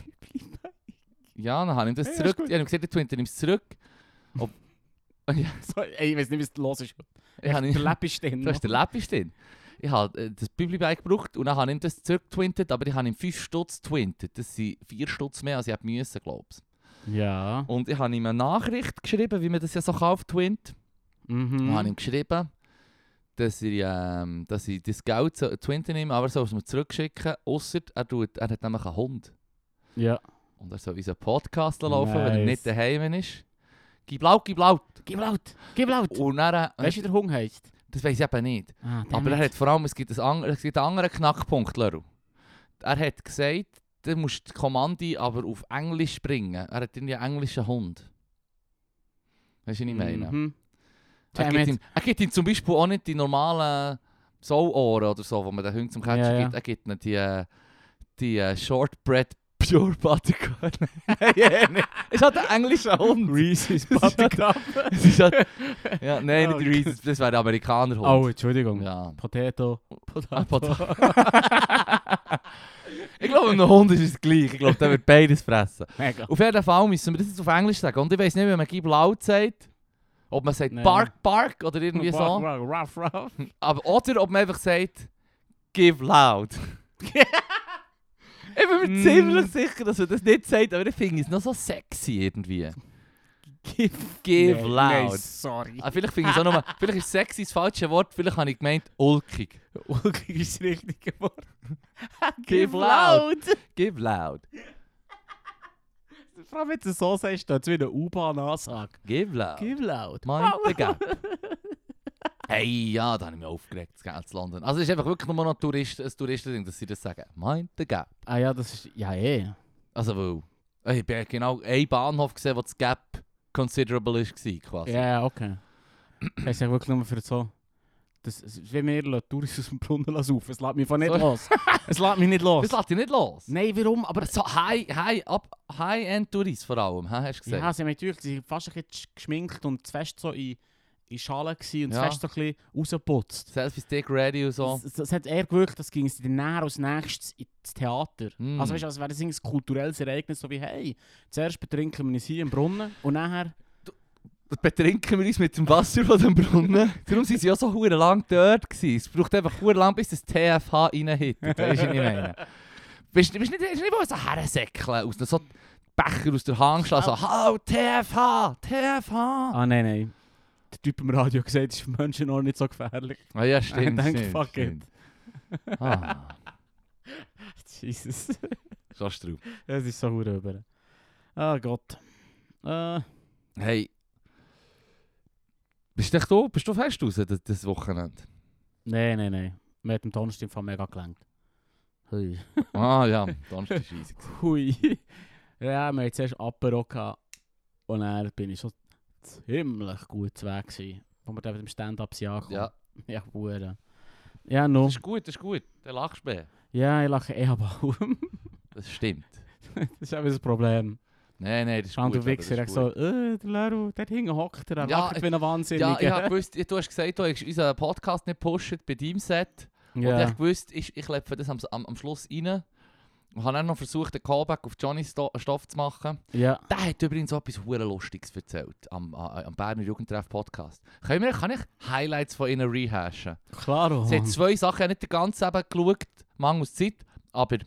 Ja, dann habe ich ihm das Ja, ist zurück. gut. Ich habe ihm gesagt, der Twinter nimmt es zurück. Ob, ja, So, ey, ich weiß nicht, wie es los ist. ich habe Der ihm, Lapp ist drin. da ist der Läppis drin. Ich habe äh, das Publibike gebraucht und dann habe ich ihm das zurückgetwintet, aber ich habe ihm fünf Stutz twintet. Das sind vier Stutz mehr, als ich hätte müssen, glaube ich. Ja. Und ich habe ihm eine Nachricht geschrieben, wie man das ja so kauft, twint. Mhm. Ich habe ihm geschrieben, dass ich, ähm, dass ich das Geld so, twinten nehme, aber soll es mir zurückschicken, ausser er, tut, er hat nämlich einen Hund. Ja. Und er soll unseren Podcast laufen, wenn er Nice. nicht daheim ist. Gib laut, gib laut. Gib laut! Gib laut! Und dann, äh, Weißt du, wie der Hund heisst? das weiß ich eben nicht. Ah, Aber er hat vor allem, es gibt, ein andre, es gibt einen anderen Knackpunkt, Leru. Er hat gesagt, du musst die Kommandi aber auf Englisch bringen. Er hat irgendwie einen englischen Hund. Weißt du, was ich meine? Mhm. Er Damn gibt, it. ihm, er gibt ihm zum Beispiel auch nicht die normalen Sauohren oder so, wo man den Hunden zum Catchen Ja, ja. gibt. Er gibt ihm die, äh, die äh, Shortbread Pure Buttercup. Nein, ja, nicht. Es ist halt ein englischer Hund. Reese's Das ist Buttercup. Es ist halt, ja, nein, Oh, nicht die Reese's, das wäre der Amerikaner-Hund. Oh, Entschuldigung. Ja. Potato. Ah, Potato. Ich glaube, einem Hund ist es gleich. Ich glaube, der wird beides fressen. Mega. Auf jeden Fall müssen wir das jetzt auf Englisch sagen. Und ich weiß nicht, wie man Gib laut sagt. Ob man sagt Nein. Bark, Bark oder irgendwie so. Ruff, ruff. Aber, oder ob man einfach sagt Give loud. bin ziemlich sicher, dass er das nicht sagt, aber ich finde es noch so sexy irgendwie. Give, Give nee, loud. Nee, sorry. Ah, vielleicht finde ich es auch nochmal, vielleicht ist sexy das falsche Wort, vielleicht habe ich gemeint ulkig. Ulkig ist das richtige Wort. Give loud. Give loud. Vor allem, wenn du es so sagst, dann ist es wie eine U-Bahn-Ansage. Give loud. Give loud. Mind the gap. Hey, ja, da habe ich mich aufgeregt, das Geld zu London. Also es ist einfach wirklich nur noch Tourist, ein Touristending, dass sie das sagen. Mind the gap. Ah ja, das ist... Ja, eh. Also weil, ich bin genau einen Bahnhof gesehen, wo das Gap considerable war, quasi. Ja, ja, okay. Das ist ja wirklich nur für so... Das, es ist wie mir Touristen aus dem Brunnen saufen. Es lässt mich einfach nicht So. los. Es lässt mich nicht los. Das lässt dich nicht los. Nein, warum? Aber... Aber so High, High, up, High-End-Touristen vor allem, hä, hast du gesehen? Ja, sie haben natürlich sie sind fast ein bisschen geschminkt und zu fest so in, in Schalen gewesen und zu Ja. fest so ein bisschen rausgeputzt. Selfie-Stick ready und so. Es, es hat eher gewirkt, das ging dann näher als nächstes ins Theater. Mm. Also weißt du, als wäre das ein kulturelles Ereignis, so wie hey, zuerst betrinken wir uns hier im Brunnen und nachher... Betrinken wir uns mit dem Wasser von dem Brunnen. Darum waren sie ja so hure lang dort gewesen. Es braucht einfach hure lang, bis das T F H reinhittet. Weißt du, was ich meine? Bist du bist nicht, bist nicht mal so hersäckeln, aus so Becher aus der Hand schlagen, so «Hallo, T F H, T F H!» Ah nein, nein. Der Typ im Radio hat gesagt, das ist für Menschen noch nicht so gefährlich. Ah ja, stimmt, Ich denke, stimmt, fuck stimmt. Ah, Jesus. so Straub. Es ist so hure über. Ah Gott. Äh, Hey, bist du, du, bist du fest raus, das, das Wochenende? nein, nein, nein. Mir hat dem Donnerstag im Fall mega gelangt. Hui. Ah ja, Donnerstag war easy. Hui. Ja, wir hatten zuerst Apero gehabt. Und dann bin ich schon ziemlich gut zu Weg gewesen. Wo wir dann mit dem Stand-Ups angekommen. Ja, Ja, hure. Ja, no. das ist gut, das ist gut. Dann lachst du mehr. Ja, ich lache eh aber auch. Das stimmt. Das ist eben das Problem. Nein, nein, das ist Schau, gut. du aber Wichser, das ich ist so, gut. äh, der Leru, dort hinten hockt er, er Ja, lacht wie ein Wahnsinniger. Ja, ich habe gewusst, du hast gesagt, du hast unseren Podcast nicht gepusht bei deinem Set. Und Ja. ich wusste, ich, ich lepfe das am, am, am Schluss rein. Und habe dann noch versucht, einen Callback auf Johnny Sto Stoff zu machen. Ja. Der hat übrigens so etwas hure Lustiges erzählt am, am, am Berner Jugendtreff Podcast. Können wir, kann ich Highlights von ihnen rehashen? Klar, Sie hat zwei Sachen, ich habe nicht den ganzen eben geschaut, mangels Zeit, aber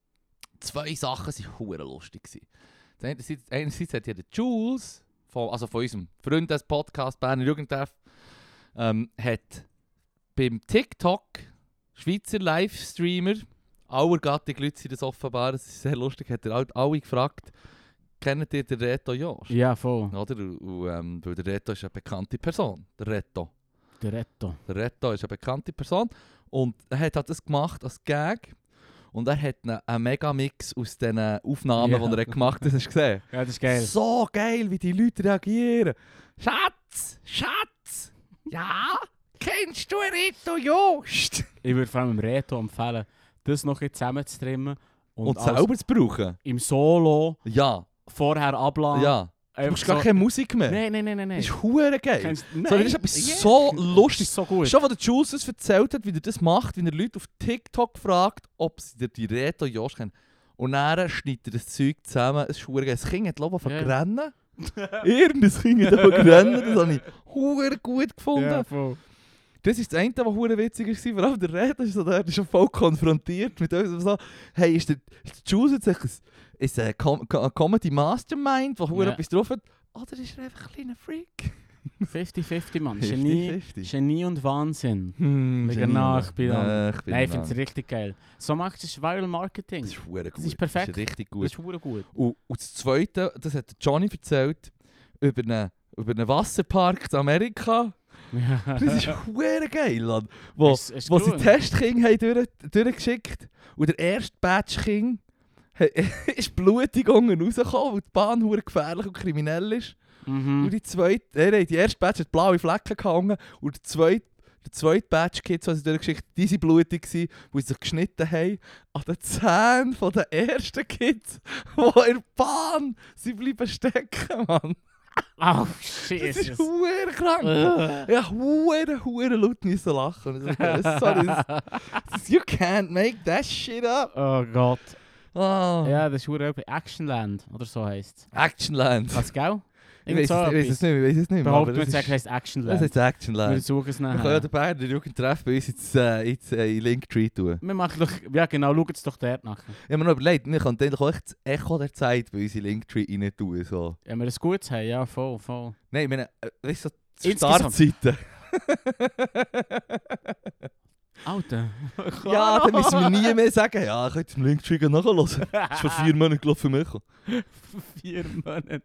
zwei Sachen waren hure lustig gewesen. Einerseits, einerseits hat ja der Jules, von, also von unserem Freundes-Podcast Berner Jugendtreff, ähm, hat beim TikTok Schweizer Livestreamer, aller Gattung Leute sind das offenbar, das ist sehr lustig, hat er all- alle gefragt, kennt ihr den Reto Jost? Ja, voll. Oder? Und, und, ähm, weil der Reto ist eine bekannte Person, der Reto. Der Retto. Der Reto ist eine bekannte Person und er hat halt das gemacht als Gag und er hat einen, einen Megamix aus diesen Aufnahmen, Ja. die er hat gemacht hat, das hast du gesehen? Ja, das ist geil. So geil, wie die Leute reagieren. Schatz, Schatz, ja, kennst du Reto Jost? Ich würde vor allem dem Reto empfehlen, das noch ein zusammen zu trimmen und, Und, alles selber zu brauchen? im Solo Ja, vorher abladen. ja. Du Einfach brauchst gar so- keine Musik mehr. Nein, nein, nein, nein. nein. Das ist hure geil. Kennst- So, das ist nein, etwas ja. so Das lustig. ist so gut. Schon, als der Jules das erzählt hat, wie er das macht, wie er Leute auf TikTok fragt, ob sie dir die Reto Jost kennen. Und dann schneidet er das Zeug zusammen. Es ist verdammt geil. Das Kind hat, glaube ich, Ja. verrennen. Irgendein Kind hat verrennen. Das habe ich verdammt gut gefunden. Ja, voll. Das ist das eine, was verdammt witzig war. Vor allem der Reto ist so der, der ist schon voll konfrontiert mit uns. So, hey, ist der, ist der Jules jetzt ein, ist ein Com Com Comedy Mastermind, der verdammt Ja. etwas drauf hat? Oder ist er einfach ein kleiner Freak? fünfzig fünfzig, Mann. Genie, fünfzig. Genie und Wahnsinn. Hm, Liegen nach bei Nein, dann. ich bin Nein, ich nah. finde es richtig geil. So macht es Viral Marketing. Das ist verdammt gut. ist perfekt. Das ist richtig Das gut. ist verdammt gut. Und, und das Zweite, das hat Johnny erzählt, über einen, über einen Wasserpark in Amerika. Das ist verdammt geil, Mann. Wo, Ist- ist wo sie cool. Testkinder haben durch, durchgeschickt und der erste Batch King ist blutig unten rausgekommen, weil die Bahn verdammt gefährlich und kriminell ist. Und Mhm. die zweite, äh, nein, die erste Batch hat blaue Flecken gehangen und der zweite, der zweite Batch Kids, die sie durchgeschickt haben, die waren blutig, gewesen, weil sie sich geschnitten haben an den Zähnen von den ersten Kids, die in der Bahn sie bleiben stecken, Mann. Oh, Das ist Jesus. verdammt krank. Ugh. Ja, verdammt, verdammt laut müssen lachen. Und ich so, sorry, das, das, you can't make that shit up. Oh Gott. Ah. Ja, das ist verdammt Actionland, oder so heisst es. Actionland. Was, gell? Ich weiß es, ich weiß es nicht, ich weiß es nicht mehr. Behaupten wir, es heisst Action Land. Das heisst Action Wir Land. suchen es Wir nachher. können ja den Berner Jugendtreff bei uns jetzt, äh, jetzt äh, in Linktree tun. Wir machen doch, ja genau, schaut es doch dort nachher. Ich habe mir noch überlegt, wir könnten eigentlich auch echt das Echo der Zeit bei uns in Linktree rein tun. So. Wenn wir ein Gutes haben, ja, voll, voll. Nein, ich meine, äh, weißt du, so die Insgesamt. Startseite. Alter. Ja, dann müssen wir nie mehr sagen, ja, ich könnte im Linktree nachhören. Das ist vor vier Monaten gelaufen für mich. Vier Monate.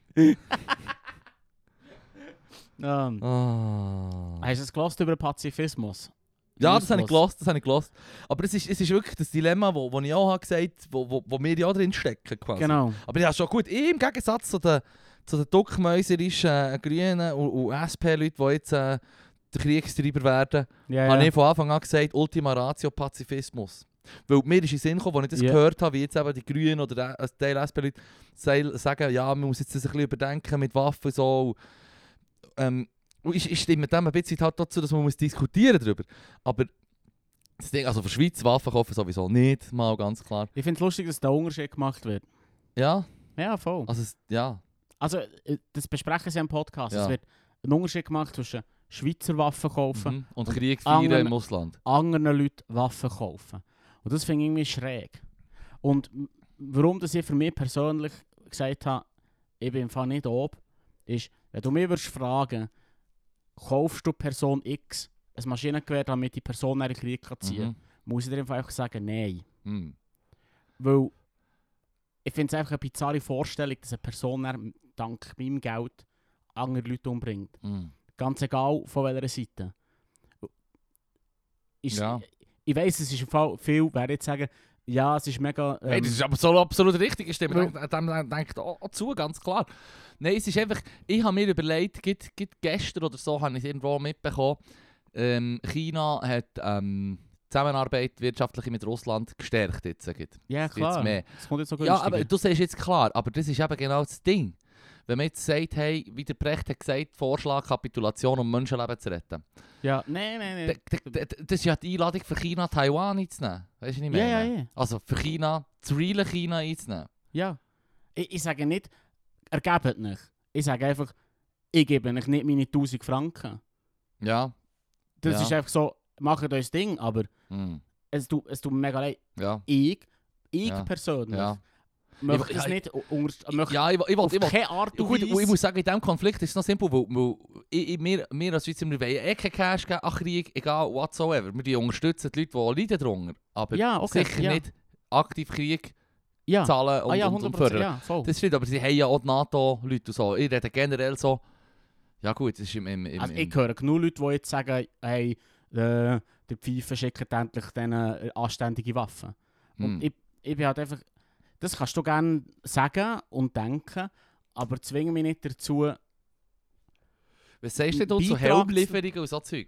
um, Ah. Hast du es gehört über den Pazifismus? Ja, das habe ich gehört, das habe ich gehört. Aber es ist, es ist wirklich das Dilemma, wo, wo ich auch habe gesagt habe, wo, wo, wo wir ja auch drin stecken quasi. Genau. Aber ja, schon gut, im Gegensatz zu den, zu den duckmäuserischen äh, Grünen und, und S P-Leuten, die jetzt äh, der Kriegstreiber werden, Ja, habe ja. ich von Anfang an gesagt, Ultima Ratio Pazifismus. Weil mir ist in den Sinn gekommen, als ich das Ja. gehört habe, wie jetzt eben die Grünen oder der- ein Teil S P-Leute sei- sagen, ja, man muss jetzt das ein bisschen überdenken mit Waffen und so. Ähm, und ich, ich stimme dem ein bisschen halt dazu, dass man muss diskutieren darüber. Aber das Ding, also für die Schweiz Waffen kaufen sowieso nicht, mal ganz klar. Ich finde es lustig, dass da Unterschied gemacht wird. Ja, Ja, voll. also es, ja. Also, äh, das besprechen sie im Podcast. Ja. Es wird ein Unterschied gemacht zwischen Schweizer Waffen kaufen, Mhm. Und Und Krieg feiern anderen- im Ausland. anderen Leuten Waffen kaufen. Und das finde ich irgendwie schräg. Und m- warum das ich für mich persönlich gesagt habe, ich bin im Fall nicht oben, ist, wenn du mich würdest fragen, kaufst du Person X ein Maschinengewehr, damit die Person einen Krieg kann ziehen kann, Mhm. muss ich dir einfach sagen, nein. Mhm. Weil ich finde es einfach eine bizarre Vorstellung, dass eine Person dann dank meinem Geld andere Leute umbringt. Mhm. Ganz egal von welcher Seite. Ist, Ja. Ich weiss, es ist im Fall viel, wer jetzt sagen, ja, es ist mega... Ähm, Hey, das ist aber so absolut richtig, ich stimme Weil- dem, dem denkt auch, auch zu, ganz klar. Nein, es ist einfach, ich habe mir überlegt, gibt, gibt gestern oder so, habe ich es irgendwo mitbekommen, ähm, China hat ähm, Zusammenarbeit wirtschaftlich mit Russland gestärkt jetzt. Gibt. ja, jetzt klar. mehr. Das kommt jetzt so Ja, günstiger. aber du sagst jetzt klar, aber das ist eben genau das Ding. Wenn man jetzt sagt, hey, wie der Brecht hat gesagt, Vorschlag, Kapitulation, um Menschenleben zu retten. Ja, nein, nein, D- nein. d- d- Das ist ja die Einladung für China, Taiwan einzunehmen. Weißt du, was ich Ja, meine? ja, ja. Also für China, das reale China einzunehmen. Ja. Ich, ich sage nicht, ergebt nicht. Ich sage einfach, ich gebe euch nicht meine tausend Franken. Ja. Das Ja. ist einfach so, macht euch das Ding, aber Hm. es tut, es tut mir mega leid. Ja. Ich, ich Ja. persönlich, Ja. möchte Ich- es ja, nicht unter, möchte Ja, ich, ich, ich, auf ich, ich, keine Art und Gut, und ich Weise... muss sagen, in diesem Konflikt ist es noch simpel, weil, weil ich, ich, wir, wir als Schweizer, wir wollen eh keinen Cash geben an Krieg, egal whatsoever. Wir die unterstützen die Leute, die leiden darunter. Aber Ja, okay, sicher ja. nicht aktiv Krieg ja. zahlen und, Ah ja, und, und hundert Prozent, fördern. ja, voll. Das stimmt, aber sie haben ja auch die NATO-Leute und so. Ich rede generell so, ja gut, das ist im... im, im, Also im ich höre genug Leute, die jetzt sagen, hey, äh, der Pfeife schickt endlich denen äh, anständige Waffen. Und hm. ich, ich bin halt einfach... Das kannst du gerne sagen und denken, aber zwinge mich nicht dazu... Was sagst du denn zu Beitrag Helmlieferungen und so Zeug?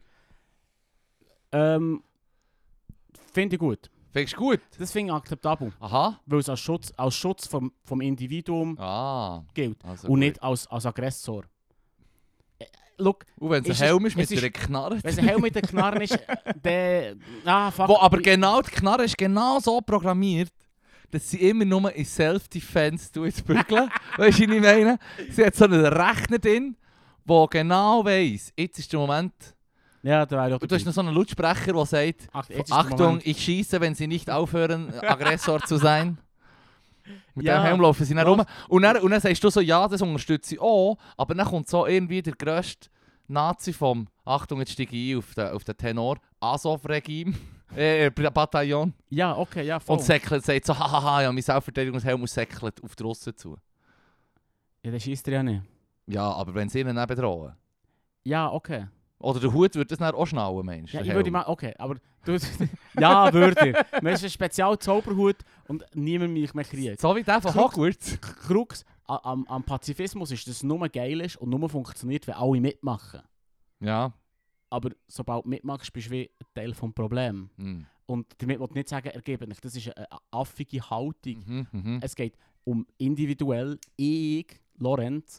Ähm, finde ich gut. Findest du gut? Das finde ich akzeptabel, Aha. weil es als Schutz, als Schutz vom, vom Individuum Ah. gilt Also und gut. nicht als, als Aggressor. Äh, Look, Und wenn es ein ist Helm es- ist mit es ist- einer Knarre... wenn es ein Helm mit den Knarren ist, der... Ah, fuck. Wo aber genau die Knarre ist genau so programmiert, dass sie immer nur in Self-Defense bügeln. Weißt du, was ich meine? Sie hat so einen Rechner drin, der genau weiss, jetzt ist der Moment. Ja, da wäre ich auch Und du hast dabei. noch so einen Lautsprecher, der sagt, Ach, jetzt ist der Achtung, Moment. ich schieße, wenn sie nicht aufhören, Aggressor zu sein. Mit Ja. dem Helm laufen sie dann rum. Los. Und dann, und dann sagst du so, ja, das unterstütze ich auch, aber dann kommt so irgendwie der grösste Nazi vom, Achtung, jetzt steige ich ein auf den, auf den Tenor, Azov-Regime, äh, Bataillon. Ja, okay, ja, voll. Und säckelt, sagt so, hahaha, ja, mein Selbstverteidigungshelm säckelt auf die Russen zu. Ja, das schießt er ja nicht. Ja, aber wenn sie ihnen nicht bedrohen. Ja, okay. Oder der Hut würde das dann auch schnallen, meinst du? Ja, der ich würde Helm? mal, okay, aber du... ja, würde ich. Man ist ein Spezial-Zauberhut und niemand mich mehr kriegt. So wie der von Krux. Hogwarts. Krux a- am, am Pazifismus ist, dass es nur geil ist und nur funktioniert, wenn alle mitmachen. Ja. Aber sobald du mitmachst, bist du wie ein Teil des Problems. Hm. Und damit will ich nicht sagen, ergebe nicht. Das ist eine, eine affige Haltung. Mhm, mhm. Es geht um individuell. Ich, Lorenz,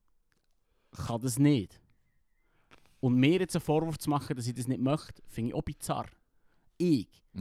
kann das nicht. Und mir jetzt einen Vorwurf zu machen, dass ich das nicht möchte, finde ich auch bizarr. Ich. Ja.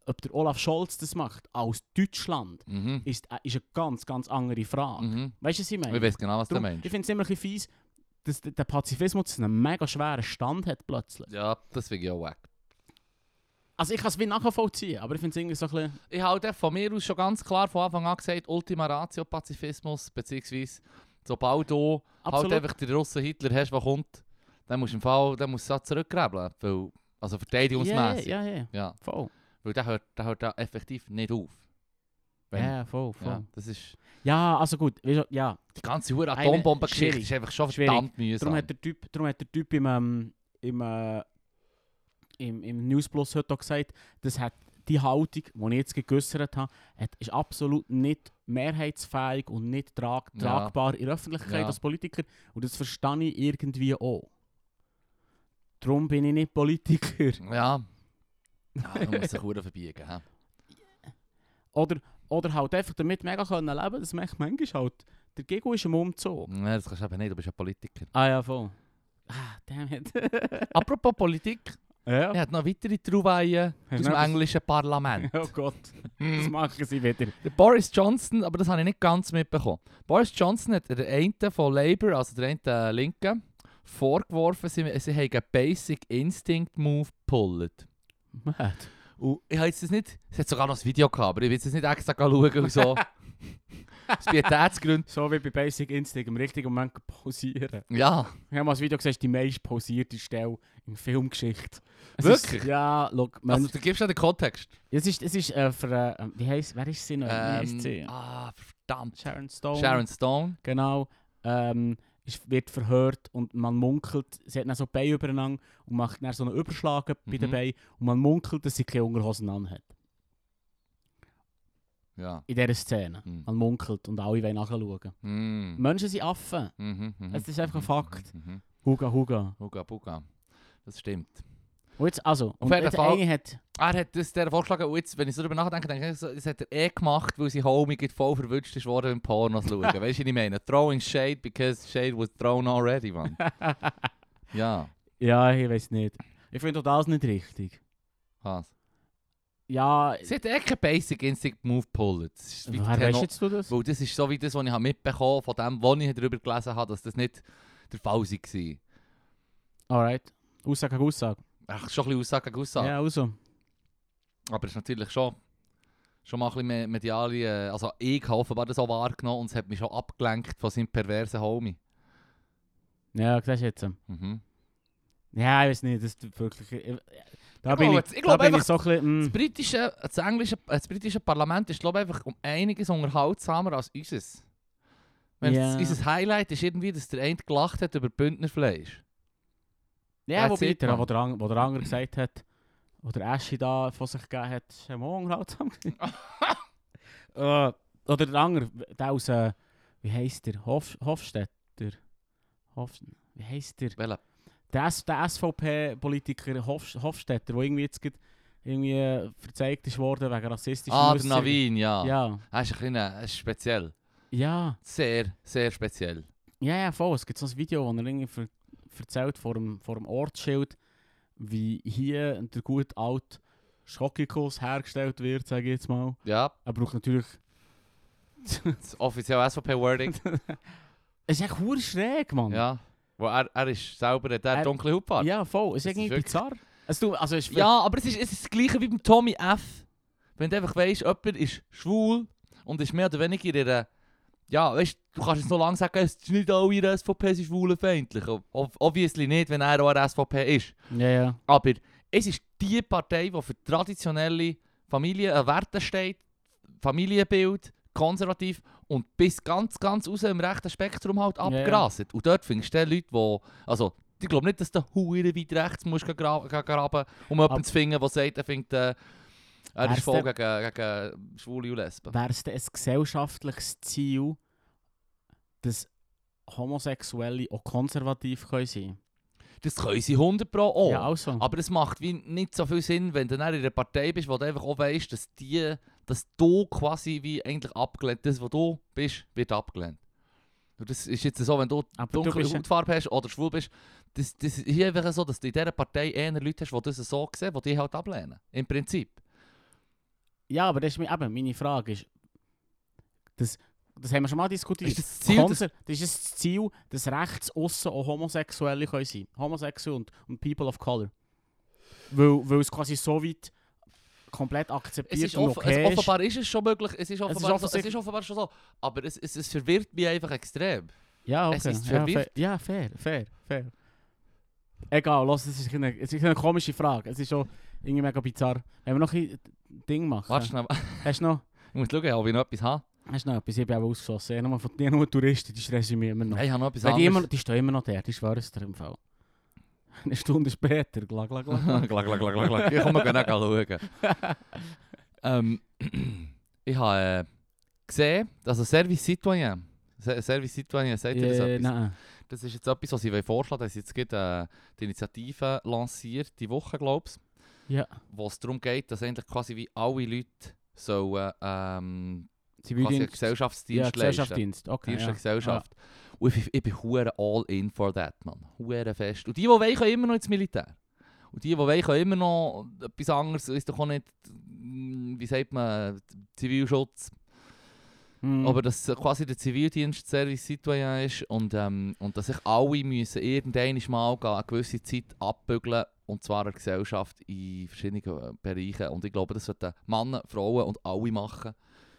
ob der Olaf Scholz das macht, aus Deutschland, Mhm. ist, äh, ist eine ganz, ganz andere Frage. Mhm. Weißt du, was ich meine? Ich weiß genau, was Darum, du meinst. ich finde es immer ein bisschen fies, dass der der Pazifismus einen mega schweren Stand hat plötzlich. Ja, das finde ich auch weg. Also ich kann es wie nachvollziehen, aber ich finde es irgendwie so ein bisschen... Ich habe von mir aus schon ganz klar von Anfang an gesagt, Ultima Ratio Pazifismus, beziehungsweise sobald du halt Absolut. einfach den Russen Hitler hast, der kommt, dann musst du im Fall dann musst du das zurückgräbeln, weil, also verteidigungsmässig. Ja, ja, ja, Ja, voll. weil der hört, der hört da effektiv nicht auf. Wenn- Ja, voll, voll. ja, Ja, das ist, also gut, weißt du, ja. die ganze hure Eine- Atombombengeschichte schwierig. ist einfach schon Schwierig. verdammt mühsam. Darum hat der Typ, darum hat der Typ im, ähm, im, äh, im, im News Plus heute auch gesagt, das hat die Haltung, die ich jetzt geäussert habe, hat, ist absolut nicht mehrheitsfähig und nicht trag, Ja. tragbar in der Öffentlichkeit Ja. als Politiker. Und das verstehe ich irgendwie auch. Darum bin ich nicht Politiker. Ja. Ja, man muss sich hure verbiegen. hä? Oder, oder halt einfach damit mega können leben, dass man echt manchmal halt, der Gego ist im Umzug. Nein, das kannst du eben nicht, du bist ja Politiker. Ah ja, voll. Ah, damn it. Apropos Politik, ja. er hat noch weitere Trouvaillen Hast aus du dem noch etwas- englischen Parlament. Oh Gott, das machen sie wieder. Der Boris Johnson, aber das habe ich nicht ganz mitbekommen. Boris Johnson hat der eine von Labour, also der eine Linken, vorgeworfen, sie, sie haben einen Basic Instinct Move gepullt. Mad. Und ich habe jetzt das nicht, es hat sogar noch ein Video gehabt, aber ich will jetzt nicht extra schauen und so. Aus Pietätsgründen. So wie bei Basic Instinct im richtigen Moment pausieren. Ja, Ich habe mal das Video gesehen, die meist pausierte Stelle in Filmgeschichte. Es Wirklich? Ist, ja, look, man, also du gibst ja den Kontext. es ist, es ist äh, für, äh, wie heisst, wer ist sie noch? Wie heisst sie? Ähm, ah, verdammt. Sharon Stone. Sharon Stone. Genau. Ähm, ist, wird verhört und man munkelt, sie hat dann so die Beine übereinander und macht dann so einen Überschlag bei den Mhm. Beinen und man munkelt, dass sie keine Unterhosen anhat. Ja. In dieser Szene. Mhm. Man munkelt und alle wollen nachschauen. Mm. Menschen sind Affen. Mhm, mhm, Es ist einfach ein mhm, Fakt. mhm, mhm. Huga, huga. Huga Buga. Das stimmt. Und jetzt, also, und jeden jetzt Fall- eine hat... Er hat das der vorgeschlagen, und jetzt, wenn ich so darüber nachdenke, denke ich, so, das hat er eh gemacht, weil sein Homie geht voll verwünscht ist worden beim Pornos schauen. Weißt du, was ich meine? Throwing shade because shade was thrown already, man. Ja. Ja, ich weiß nicht. Ich finde auch das nicht richtig. Was? Ja, Sie hat eh keinen Basic Instinct Move gepullt. Das ist wie woher Tenor- weißt jetzt du das? Weil das ist so wie das, was ich habe mitbekommen von dem, was ich darüber gelesen habe, dass das nicht der Fall war. Alright. Aussage gegen Aussage. Ach, schon ein bisschen Aussage gegen Aussage. Ja, also. Aber es ist natürlich schon, schon mal ein bisschen me- mediale... äh, Also ich habe offenbar das auch wahrgenommen und es hat mich schon abgelenkt von seinem perversen Homie. Ja, siehst du jetzt. Mhm. Ja, ich weiß nicht, das ist wirklich... Ich, da Ich bin glaube, ich, ich da glaube bin ich einfach- so ein bisschen... Das Mm, britische, das englische, äh, das britische Parlament ist, glaube ich, einfach um einiges unterhaltsamer als unseres. Wenn Ja. das, unser Highlight ist irgendwie, dass der eine gelacht hat über Bündnerfleisch. ja, That's wobei it, der, man. wo der, Ang- wo der Anger gesagt hat, wo der Aschi da von sich gegeben hat, ist ja mal unterhaltsam gewesen. äh, Oder der Anger, der aus... Äh, wie heisst der? Hof, Hofstetter? Hof, wie heisst der? Welcher? Der, S- der S V P-Politiker Hof, Hofstetter, der irgendwie jetzt gerade irgendwie äh, verzeigt ist worden wegen rassistischen Ah, der Äußerungen. Navin, ja. Ja. Er ist ein bisschen er ist speziell. Ja. Sehr, sehr speziell. Ja, ja, voll. Es gibt so ein Video, wo er irgendwie ver erzählt vor dem, vor dem Ortsschild, wie hier der gute alte Schokikuss hergestellt wird, sage ich jetzt mal. Ja, Er braucht natürlich... das offizielle S V P-Wording. Es ist echt verdammt schräg, Mann. Ja. Wo er, er ist selber der Er- dunkle Hautfarbe. Ja, voll. Es ist Das ist irgendwie wirklich- bizarr. Es tut, also es ist Ja, aber es ist, es ist das gleiche wie beim Tommy F. Wenn du einfach weisst, jemand ist schwul und ist mehr oder weniger in einer... Ja, weißt du, kannst jetzt noch lange sagen, es ist nicht alle in der S V P sind schwulenfeindlich. Ob- Obviously nicht, wenn er auch in der S V P ist. Ja, ja. Aber es ist die Partei, die für traditionelle Familien, äh, Werte steht, Familienbild, konservativ und bis ganz, ganz raus im rechten Spektrum halt Ja, abgraset. Und dort findest du dann Leute, die... Also, ich glaube nicht, dass du hure weit rechts musst gehen gra gehen graben, um jemanden Aber- zu finden, der sagt, er findet, äh, er Wär's ist voll denn- gegen, gegen Schwule und Lesben. Wäre es denn ein gesellschaftliches Ziel, dass Homosexuelle auch konservativ können sein Das können sie hundert Pro auch. Ja, also. Aber es macht wie nicht so viel Sinn, wenn du dann in einer Partei bist, wo du einfach auch weißt, dass, die, dass du quasi wie eigentlich abgelehnt, das, was du bist, wird abgelehnt. Und das ist jetzt so, wenn du Aber du dunkle bist ja- Hautfarbe hast oder schwul bist, das, das ist hier einfach so, dass du in dieser Partei eher Leute hast, die das so sehen, die dich halt ablehnen. Im Prinzip. Ja, aber das ist mi- eben, meine Frage ist, das, das haben wir schon mal diskutiert. Ist das das Ziel, dass- Konser- das ist das Ziel, dass rechts aussen auch Homosexuelle können sein können. Homosexuelle und, und People of Color. Weil, weil es quasi so weit komplett Es akzeptiert ist und off- okay es, ist. offenbar ist es schon möglich, es ist offenbar, so, es offensichtlich- ist offenbar schon so, aber es, es, es verwirrt mich einfach extrem. Ja, okay. Es ist ja, verwirrt. fair, ja, fair, fair, fair. Egal, los, es ist eine, es ist eine komische Frage. Es ist schon irgendwie mega bizarr. Wenn wir noch ein Ding machen. Warte schnell, Hast du noch, ich muss schauen, ob ich noch etwas habe. hast du noch etwas? Ich bin auch ausgeschossen. Ich habe nur von dir nur Touristen, die stressen mich immer noch. Nein, ich habe noch etwas Weil die, immer, anderes. die stehen immer noch da, die schwören es dir im Fall. Eine Stunde später, glag, glag, glag. Glag, glag, glag, glag, glag. Ich komme gerne schauen. ähm, ich habe äh, gesehen, also Service Citoyen, Se- Service Citoyen, sagt ihr das Äh, etwas? nein. Das ist jetzt etwas, was ich vorschlagen will. Es jetzt gibt äh, die Initiative lanciert, die Woche, glaube ich, Ja, wo es darum geht, dass eigentlich quasi wie alle Leute sollen, ähm, quasi einen Zivildienst. Gesellschaftsdienst Ja, leisten. Gesellschaftsdienst, okay. Dienst Ja. der Gesellschaft. Und ich, ich bin hure all in for that, man. Hure fest. Und die, die wollen, können immer noch ins Militär. Und die, die wollen, können immer noch etwas anderes, ist doch auch nicht, mm, wie sagt man, Zivilschutz. Mhm. Aber dass quasi der Zivildienst Service Citoyen ist und, ähm, und dass sich alle müssen irgendwann mal gehen, eine gewisse Zeit abbügeln, und zwar eine Gesellschaft in verschiedenen äh, Bereichen. Und ich glaube, das sollten Männer, Frauen und alle machen.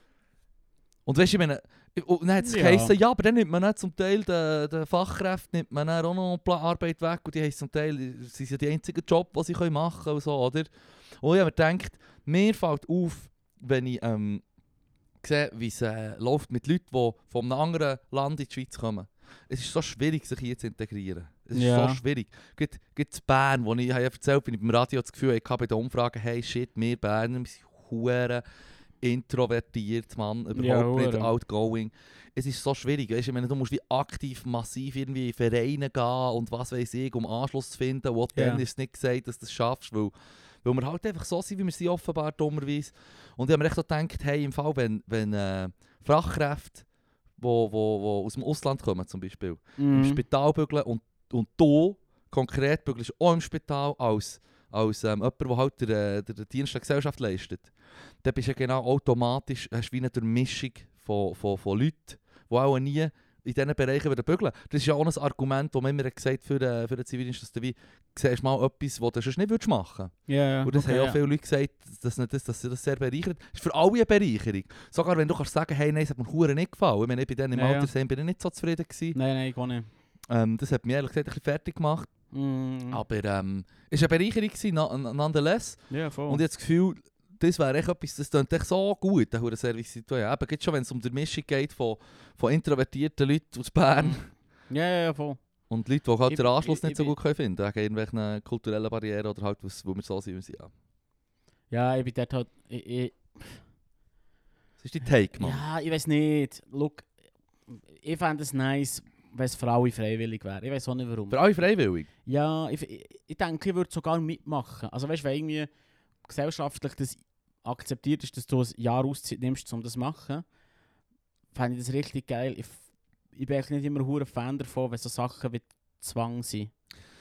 Und weißt du, ich meine, und dann hat es Ja. geheißen, ja, aber dann nimmt man dann zum Teil den, den Fachkräften nimmt man dann auch noch Pla- Arbeit weg und die haben zum Teil, sie sind ja die einzigen Job, die sie können machen können und so, oder? Und ich habe mir gedacht, mir fällt auf, wenn ich ähm, sehe, wie es äh, läuft mit Leuten, die von einem anderen Land in die Schweiz kommen. Es ist so schwierig, sich hier zu integrieren. Es ist Ja. so schwierig. Gerade in Bern, wo ich, ich habe erzählt, bin ich beim Radio das Gefühl, ich habe bei den Umfragen, hey shit, wir Berner, wir sind hure introvertiert, Mann, überhaupt Ja, nicht hure. outgoing. Es ist so schwierig, weißt, ich meine, du musst wie aktiv, massiv irgendwie in Vereine gehen und was weiß ich, um Anschluss zu finden. Und Ja. dann ist es nicht gesagt, dass du das schaffst, weil, weil wir halt einfach so sind, wie wir sind, offenbar dummerweise. Und ich habe mir echt so gedacht, hey, im Fall, wenn, wenn äh, Fachkräfte, die wo, wo, wo aus dem Ausland kommen zum Beispiel, im Mhm. Spital bügeln und, und du konkret bügelst auch im Spital als, als ähm, jemand, der halt der, der, der Dienst der Gesellschaft leistet, dann bist du ja genau automatisch, hast du wie eine Durchmischung von, von, von Leuten, die auch nie in diesen Bereichen wieder bügeln. Das ist ja auch ein Argument, das man immer gesagt hat für den, für den Zivildienst, dass du wie siehst mal etwas, was du sonst nicht machen würdest. Ja, ja. Und das okay, haben auch ja. viele Leute gesagt, dass, nicht das, dass sie das sehr bereichert. Das ist für alle eine Bereicherung. Sogar wenn du kannst sagen, hey, nein, es hat mir verdammt nicht gefallen. Ich meine, ich bin dann im Ja, ja. Altersheim bin ich nicht so zufrieden gewesen. Nein, nein, ich auch nicht. Ähm, das hat mich ehrlich gesagt ein bisschen fertig gemacht. Mhm. Aber ähm, es war eine Bereicherung gewesen, no- nonetheless. Ja, voll. Und ich habe das Gefühl, das wäre echt etwas, das klingt echt so gut, der Service Citoyen. Eben, gerade schon, wenn es um die Mischung geht von, von introvertierten Leuten aus Bern Ja, ja, ja, voll. und Leuten, die halt Ich- den Anschluss ich- nicht so ich- gut können finden können, wegen irgendwelchen kulturellen Barrieren oder halt, was- wo wir so sind, wie wir sind. Ja. Ja, ich bin dort halt... Ich, ich, Das ist die Take, Mann. ja, ich weiß nicht. Look, ich fände es nice, wenn es für alle freiwillig wäre. Ich weiß auch nicht warum. Für alle freiwillig. Ja, ich, ich, ich denke, ich würde sogar mitmachen. Also weißt du, wenn irgendwie gesellschaftlich das akzeptiert ist, dass du ein Jahr Auszeit nimmst, um das zu machen, fände ich das richtig geil. Ich, ich bin eigentlich nicht immer ein Fan davon, wenn so Sachen wie Zwang sind.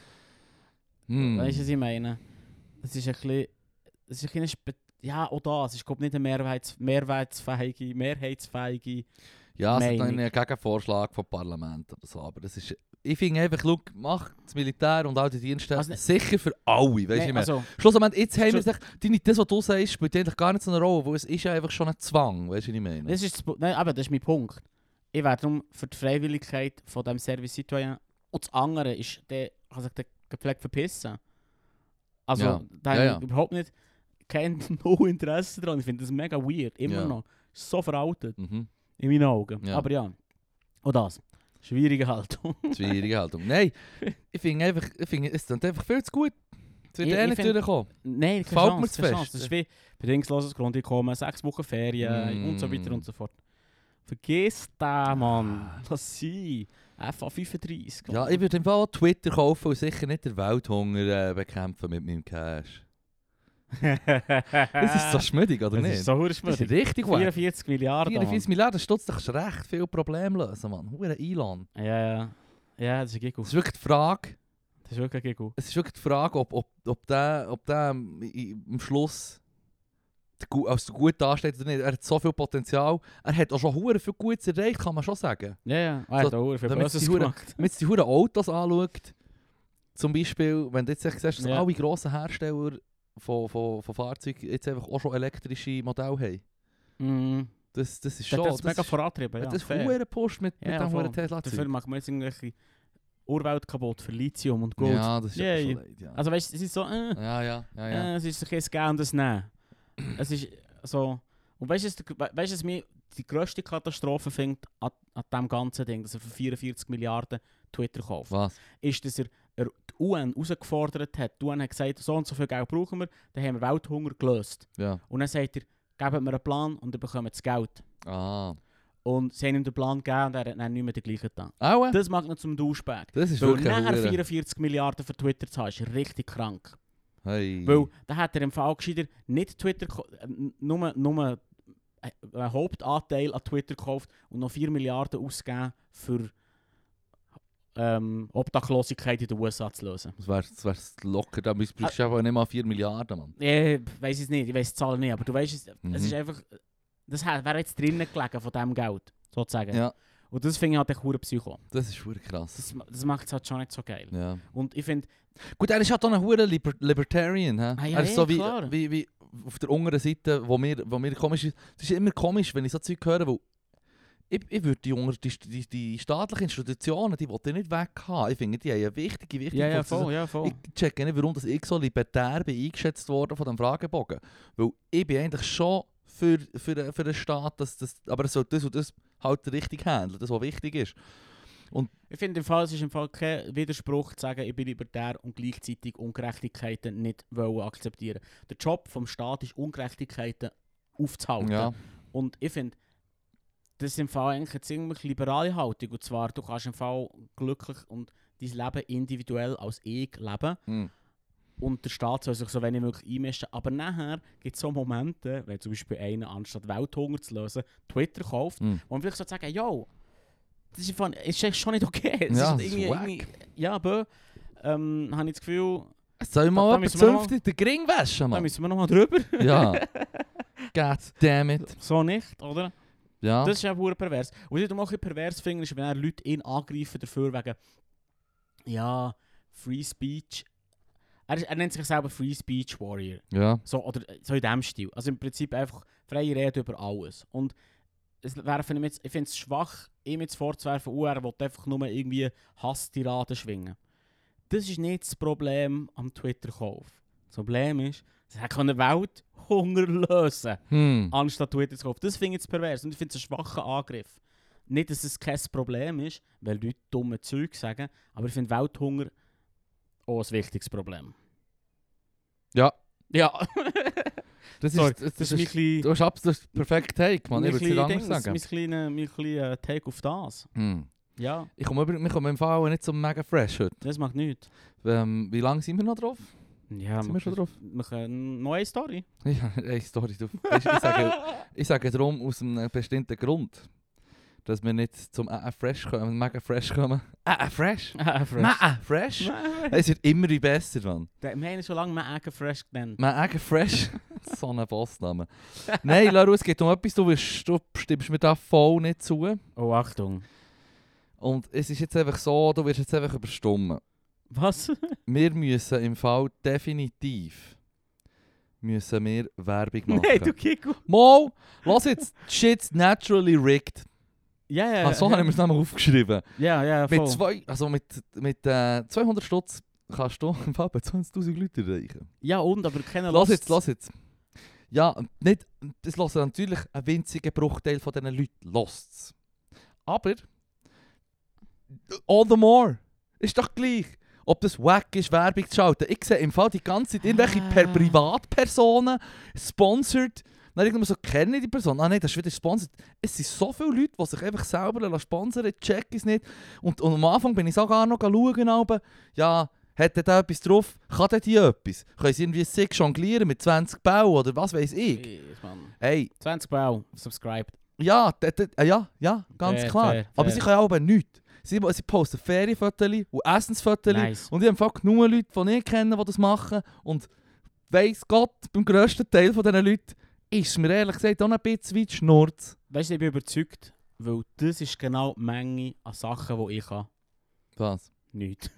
Hm. Weißt du, was ich meine? Das ist ein bisschen... Das ist ein bisschen spe- ja, auch das. Es ist glaub, nicht eine mehrheits, mehrheitsfähige, mehrheitsfähige... Ja, es hat noch Meinung. einen Gegenvorschlag vom Parlament oder so, aber das ist... Ich finde einfach, schau, mach das Militär und all die Dienste Also ne- sicher für alle, weißt du, Nein, ich meine. also, Schlussendlich, jetzt haben wir Schlu- gesagt, deine, das, was du sagst, spielt eigentlich gar nicht so eine Rolle, weil es ist ja einfach schon ein Zwang, weißt du, was ich meine? das ist, das, Pu- nein, aber das ist mein Punkt. Ich wäre darum für die Freiwilligkeit von diesem Service Citoyen. Und das andere ist, der kann sich der gepflegt verpissen. Also, Ja. da Ja, habe ja. ich überhaupt nicht kein no Interesse daran. Ich finde das mega weird, immer Ja. noch. So veraltet, Mhm. in meinen Augen. Ja. Aber ja, auch das. Schwierige Haltung. Schwierige Haltung. Nein, ich finde einfach, ich finde, es klingt einfach viel zu gut. Es wird Ich- eh ich nicht find- durchkommen. Nein, Gefällt keine mir Chance, zu keine fest. Chance. Das ist wie bedingungsloses Grundeinkommen, sechs Wochen Ferien Mm. und so weiter und so fort. Vergiss das, Mann. Lass sein. F A fünfunddreißig. Ja, ich würde im Fall auch Twitter kaufen und sicher nicht den Welthunger äh, bekämpfen mit meinem Cash. Das ist so schmüdig, oder Das nicht? ist so Das ist schmüdig. richtig wack. vierundvierzig Milliarden. vierundvierzig Milliarden Stutz, da kannst du recht viele Probleme lösen, Mann. Hure Elon. Mann. Ja, ja. Ja, das ist ein Giggle. Es ist wirklich die Frage, Das ist wirklich ein Giggle. es ist wirklich die Frage, ob, ob, ob der, ob der am- i- am Schluss gu- als er gut dasteht oder nicht. Er hat so viel Potenzial. Er hat auch schon hure viel Gutes erreicht, kann man schon sagen. Ja, ja. Er hat auch viel wenn man Böses die Hure- gemacht. Wenn man jetzt die huren Autos anschaut, zum Beispiel, wenn du jetzt echt siehst, dass Ja. alle grossen Hersteller von, von, von Fahrzeugen jetzt einfach auch schon elektrische Modelle haben. Mhm. Das, das ist Das schon... hat das mega ist- vorantrieben, ja. das ist fair. hure Push mit, mit Ja, dem voll. huren Tesla. Dafür machen wir jetzt irgendwelche Urwelt kaputt für Lithium und Gold. Ja, das ist Yay. yeah. schon leid, ja. Also weißt du, es ist so, äh, ja, ja, ja, ja. äh, es ist ein Gehen und ein Nehmen. Es ist so... Und weißt du, was der- we- weißt du, was mir die grösste Katastrophe findet an, an diesem ganzen Ding, dass er für vierundvierzig Milliarden Twitter kauft, Was? ist, dass er, er die U N herausgefordert hat. Die U N hat gesagt, so und so viel Geld brauchen wir, dann haben wir Welthunger gelöst. Ja. Und dann sagt er, gebt mir einen Plan und ihr bekommt das Geld. Ah. Und sie haben ihm den Plan gegeben und er hat dann nicht mehr den gleichen getan. Aua? Das macht ihn zum Douchebag. Das ist Weil wirklich nachher hure- vierundvierzig Milliarden für Twitter zu haben, ist richtig krank. Hey. Weil da hat er im Fall gescheiter nicht Twitter, ko- äh, n- nur, nur äh, einen Hauptanteil an Twitter gekauft und noch vier Milliarden ausgegeben für ähm, Obdachlosigkeit in den U S A zu lösen. Das wäre das wär's locker, da brauchst du aber nicht mal vier Milliarden, Mann. Ich weiß es nicht, ich weiß die Zahlen nicht, aber du weißt es, Mhm. es ist einfach, das hat- wäre jetzt drinnen gelegen von diesem Geld, sozusagen. Ja, Und das finde ich halt echt hure Psycho. das ist hure krass. Das, ma- das macht es halt schon nicht so geil. Ja. Und ich finde, Gut, er ist halt auch ein hure Liber Libertarian. He? Ah, ja, er ist so ja, wie, klar. wie, wie auf der unteren Seite, wo mir, wo mir komisch ist. Es ist immer komisch, wenn ich so Zeug höre, weil ich, ich würde die, unter- die, die, die staatlichen Institutionen, die wollte ich nicht weghaben. Ich finde, die haben eine wichtige, wichtige ja, ja, Funktion. voll, ja, voll. Ich checke nicht, warum dass ich so libertär bin eingeschätzt worden von dem Fragebogen. Weil ich bin eigentlich schon für, für, für den Staat, dass das, aber es soll das und das halt richtig handeln, das was wichtig ist. Ich finde, im Fall, es ist im Fall kein Widerspruch zu sagen, ich bin libertär und gleichzeitig Ungerechtigkeiten nicht wollen akzeptieren. Der Job vom Staat ist, Ungerechtigkeiten aufzuhalten. Ja. Und ich finde, das ist im Fall eigentlich eine ziemlich liberale Haltung. Und zwar, du kannst im Fall glücklich und dein Leben individuell als Ich leben. Hm. Und der Staat soll sich so wenig möglich einmischen. Aber nachher gibt es so Momente, wenn zum Beispiel einer, anstatt Welthunger zu lösen, Twitter kauft, Hm. wo man vielleicht so sagen, yo, das ist, einfach, ist echt schon nicht okay. Es Ja, ist das ist irgendwie, wack. irgendwie, ja, bö, ähm, habe ich das Gefühl, Soll Da- mal da jemand müssen wir noch mal- zünftig den Gring waschen, da Mann? müssen wir nochmal drüber. Ja. God damn it. So nicht, oder? Ja. Das ist ja pur pervers. Und was ich auch ein bisschen pervers finde, ist, wenn er Leute ihn angreifen dafür wegen, ja, Free Speech. Er, ist, er nennt sich selber Free Speech Warrior. ja. So, oder so in diesem Stil. Also im Prinzip einfach freie Rede über alles. Und es werfen ihm jetzt, ich finde es schwach, ihm jetzt vorzuwerfen, oh, er will einfach nur irgendwie Hasstiraden schwingen. Das ist nicht das Problem am Twitter-Kauf. Das Problem ist, er kann eine Welthunger lösen, Hm. anstatt Twitter zu kaufen. Das finde ich jetzt pervers und ich finde es einen schwachen Angriff. Nicht, dass es kein Problem ist, weil Leute dumme Zeug sagen, aber ich finde Welthunger auch ein wichtiges Problem. Ja. Ja. Das Sorry, ist, das, Das ist mein kleiner... du hast absolut perfekt Take, Mann. Ich würde es nicht anders Mein sagen. kleiner mein kleiner Take auf das. Hm. Ja, Ich komme über, wir kommen im Fall auch nicht so mega fresh heute. das macht nichts. Ähm, wie lange sind wir noch drauf? Ja, Sind wir schon drauf? Wir können noch eine Story. Ja, eine Story. Du, weißt, ich sage, ich sage darum aus einem bestimmten Grund, dass wir nicht zum äh fresh kommen, mega fresh kommen. Äh fresh? Ah, fresh. Mega fresh? Es wird immer besser, Mann. Wir haben schon lange mehr Eggen fresh genannt. Mega fresh? So ein Bossname. Nein, Laru, es geht um etwas, du, wirst, du stimmst mir da voll nicht zu. Oh, Achtung. Und es ist jetzt einfach so, du wirst jetzt einfach überstimmen. Was? Wir müssen im Fall definitiv müssen wir Werbung machen. Nein, du Kiko. Mo, lass jetzt, shit's naturally rigged. Ja, ja. Ah, so ja. haben wir es nämlich aufgeschrieben. Ja, ja, voll. Mit, zwei, also mit, mit äh, zweihundert Stutz kannst du im Fall bei zwanzigtausend Leute erreichen. Ja, und, aber keiner Lass lässt's. jetzt, lass jetzt. Ja, nicht, das lässt natürlich ein winziger Bruchteil von diesen Leuten. Lässt's. Aber, all the more. Ist doch gleich. Ob das wack ist, Werbung zu schalten. Ich sehe im Fall die ganze Zeit irgendwelche per Ah. Privatpersonen, sponsored. Dann irgendwann so, kenne ich die Person? Ah nein, das ist wieder sponsored. Es sind so viele Leute, die sich einfach selber sponsern, check es nicht. Und, und am Anfang bin ich sogar noch schauen, aber, ja, hat der da etwas drauf? Kann der die etwas? Können sie irgendwie sick jonglieren mit zwanzig Bau oder was weiß ich? Yes, Mann. Hey, zwanzig Bau, subscribed. ja, d- d- äh, ja, ja, ganz Fair, klar. fair, Aber fair. sie können auch nichts. Sie, sie posten Ferienfotos und Essensfotos. Nice. Und ich habe einfach genug Leute, die ich kenne, die das machen. Und weiss Gott, beim grössten Teil von diesen Leuten ist mir ehrlich gesagt auch ein bisschen wie die Schnurz. Weißt du, ich bin überzeugt, weil das ist genau die Menge an Sachen, die ich kann. Was? Nicht.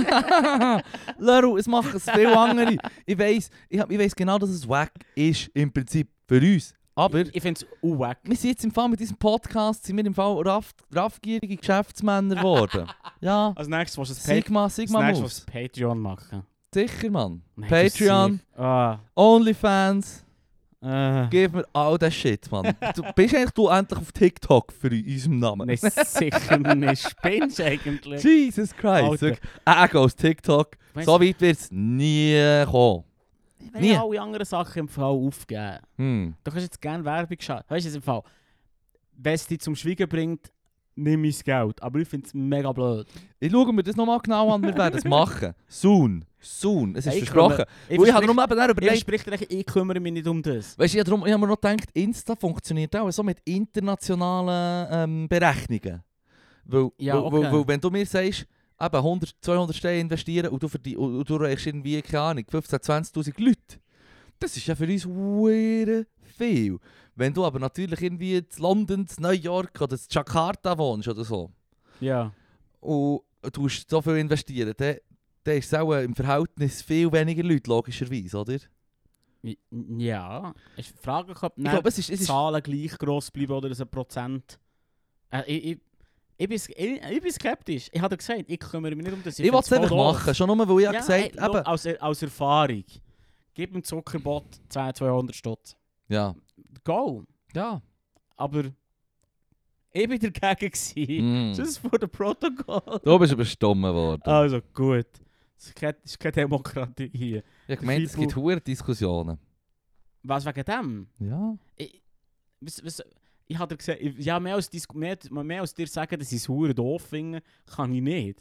Leru, es machen es viele andere. Ich weiss, ich, hab- ich weiss genau, dass es wack ist, im Prinzip, für uns. Aber Ich, ich finde es auch wack. wir sind jetzt im Fall mit diesem Podcast, sind wir im Fall raff, raffgierige Geschäftsmänner geworden. Ja, Als nächstes willst du das, Pa- Sigma, als Sigma nächstes Moves. willst du das Patreon machen. Sicher, Mann. Nein, Patreon, das ist- Ah, Onlyfans, äh. gib mir all das Shit, Mann. Du bist eigentlich du endlich auf TikTok für unserem Namen. Nein, sicher nicht. Spinnst du eigentlich? Jesus Christ. Alter. Wirklich. Er geht auf TikTok. Weißt So weit wird es nie kommen. Ich will nie. ja alle anderen Sachen im Fall aufgeben. Hm. Du kannst jetzt gerne Werbung schauen. Weißt du, es im Fall, wenn es dich zum Schweigen bringt, nimm mein Geld. Aber ich finde es mega blöd. Ich schaue mir das nochmal genau an, wir werden es machen. Soon. Soon. Es ist Ja, ich versprochen. Ich Weil ich habe versprich- nur eben dann ich überlegt, verspreche dir, ich kümmere mich nicht um das. weißt du, ich habe darum- ich habe mir noch gedacht, Insta funktioniert auch so mit internationalen ähm, Berechnungen. Weil, Ja, weil, okay. weil, weil wenn du mir sagst, eben hundert, zweihundert Steine investieren und du, verdien, und, und du reichst irgendwie, keine Ahnung, fünfzehn, zwanzigtausend Leute, das ist ja für uns verdammt viel. Wenn du aber natürlich irgendwie in London, in New York oder in Jakarta wohnst oder so Ja. und du musst so viel investieren, dann, dann ist es auch im Verhältnis viel weniger Leute, logischerweise, oder? Ich Ja. Ich frage mich, ob die glaube, es ist... Es ist Zahlen gleich gross bleiben oder ein Prozent. Äh, ich, ich, ich, bin, ich, ich bin skeptisch. Ich habe dir gesagt, ich kümmere mich nicht um das. ich wollte es find's einfach voll doof. machen, schon nur, weil ich ja, Ja, gesagt ey, habe, schau, als, als Erfahrung. Gib dem Zuckerbot zweihundert, zweihundert Stutz. ja, Go. ja. Aber ich war dagegen. gewesen. Mm. Just for the protocol. Du bist überstimmt worden. Also gut. Es ist keine, es ist keine Demokratie hier. Ich habe gemeint, es gibt hohe Diskussionen. Was wegen dem? Ja. Ich, was, was, ich habe dir gesagt, ich- ja, mehr als, dis- mehr, mehr als dir sagen, dass ich es hure doof finde, kann ich nicht.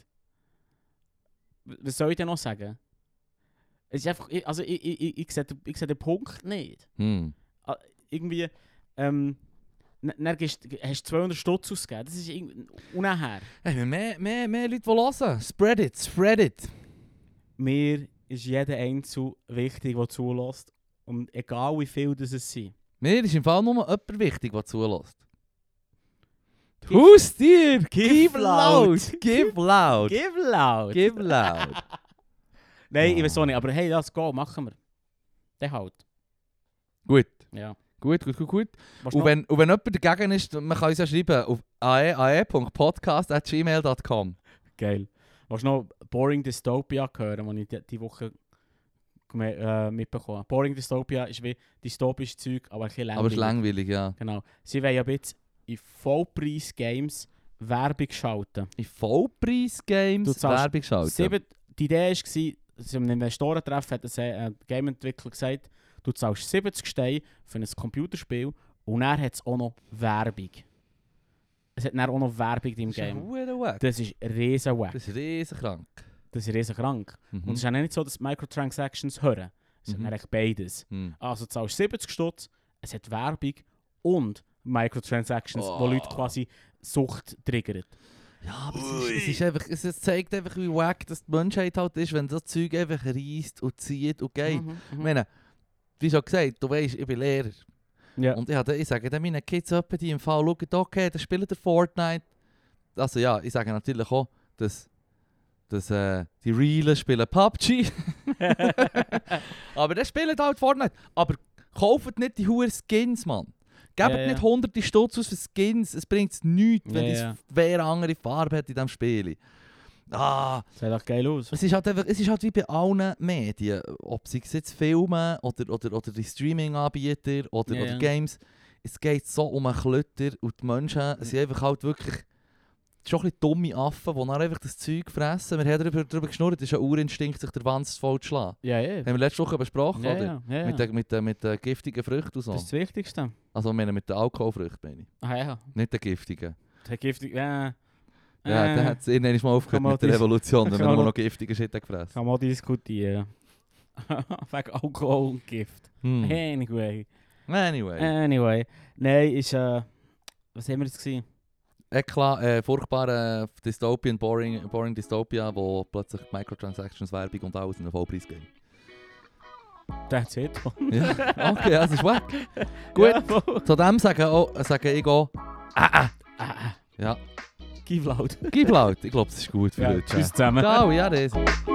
W- Was soll ich denn noch sagen? Es ist einfach, ich, also ich, ich, ich, ich, sehe, den- ich sehe den Punkt nicht. Hm. Irgendwie, ähm, n- dann gibst- hast du zweihundert Stutz ausgegeben, das ist irgendwie unnachher. Hey, mehr, mehr, mehr Leute, die hören. Spread it, spread it. Mir ist jeder Einzel wichtig, der zulässt. Und egal wie viel das es sind. Mir ist im Fall nur jemand wichtig, der zulässt. Gib- Haustier! Gib Give loud! Give loud! Give loud! Give loud! Nein, ich Ah. weiß auch nicht, aber hey, lass go, machen wir. Der halt. Gut, Ja. gut, gut, gut, gut. Willst Und du noch- wenn, und wenn jemand dagegen ist, man kann uns ja schreiben auf ae punkt podcast at gmail punkt com. Geil. Willst du noch Boring Dystopia hören, was ich die, die Woche geme- äh, mitbekommen habe? Boring Dystopia ist wie dystopisches Zeug, aber ein bisschen Aber es ist langweilig. langweilig, ja. Genau. Sie wollen ja jetzt in Vollpreis-Games Werbung schalten. In Vollpreis-Games Du zahlst Werbung schalten. Sieben, die Idee war, zu einem Investorentreffen hat ein äh, Game-Entwickler gesagt, du zahlst siebzig Steine für ein Computerspiel und er hat es auch noch Werbung. Es hat dann auch noch Werbung in dem Das ist ja Game. verdammt wack. Das ist riesen wack. Das ist riesen krank. Das ist riesen krank. Mhm. Und es ist ja nicht so, dass Microtransactions hören. Es Mhm. hat eigentlich beides. Hm. Also du zahlst siebzig Stutz, es hat Werbung und Microtransactions, Oh. wo Leute quasi Sucht triggern. Ja, aber es, ist, es, ist einfach, es, es zeigt einfach, wie wack das die Menschheit halt ist, wenn so Zeug einfach reisst und zieht und geht. Mhm, Ich mhm. meine, wie schon gesagt, du weißt, ich bin Lehrer. Ja. Und ich, habe, ich sage dann meinen Kids etwa, die im Fall schauen, okay, dann spielen der Fortnite. Also ja, ich sage natürlich auch, dass, dass äh, die Realen spielen P U B G. Aber dann spielen halt Fortnite. Aber kauft nicht die hohen Skins, Mann. Gebt Ja, ja. nicht hunderte Stutz aus für Skins. Es bringt nichts, wenn Ja, das ja. wer eine andere Farbe hat in diesem Spiel. Ah, Sieht doch geil aus. es ist, halt einfach, es ist halt wie bei allen Medien, ob sie jetzt Filme oder, oder, oder die Streaming-Anbieter oder, Ja, oder ja. Games, es geht so um einen Klötter und die Menschen sind einfach halt wirklich schon ein bisschen dumme Affen, die dann einfach das Zeug fressen. Wir haben darüber, darüber geschnurrt, es ist ein Urinstinkt, sich der Wanz voll zu schlagen. Ja, ja. Haben wir letzte Woche besprochen, Ja, oder? ja, ja, ja. Mit den mit, den- mit den giftigen Früchten und so. Das ist das Wichtigste. Also ich meine mit den Alkoholfrüchten, meine ich. Ah ja. Nicht den giftigen. Der giftig. Ja. Ja, Äh, dann hat es irgendwann mal aufgehört kann man mit der dis- Revolution, wenn kann wir man- nur noch giftige Shit haben gefressen. Kann man diskutieren. Wegen Alkohol und Gift. Hm. Anyway. Anyway. Anyway. Nein, ist äh. Was haben wir jetzt gesehen? Eklat, äh, furchtbare Dystopian, boring, boring Dystopia, wo plötzlich Microtransactions, Werbung und alles in einen Vollpreis gehen. That's it. Ja, okay, das ist wack. Gut, Ja, voll. zu dem sage, auch, sage ich auch, ah, ah. Ah, Ja, gib laut. gib laut. Ich glaube, das ist gut für Ja, heute. tschüss zusammen. Ciao, ja, das.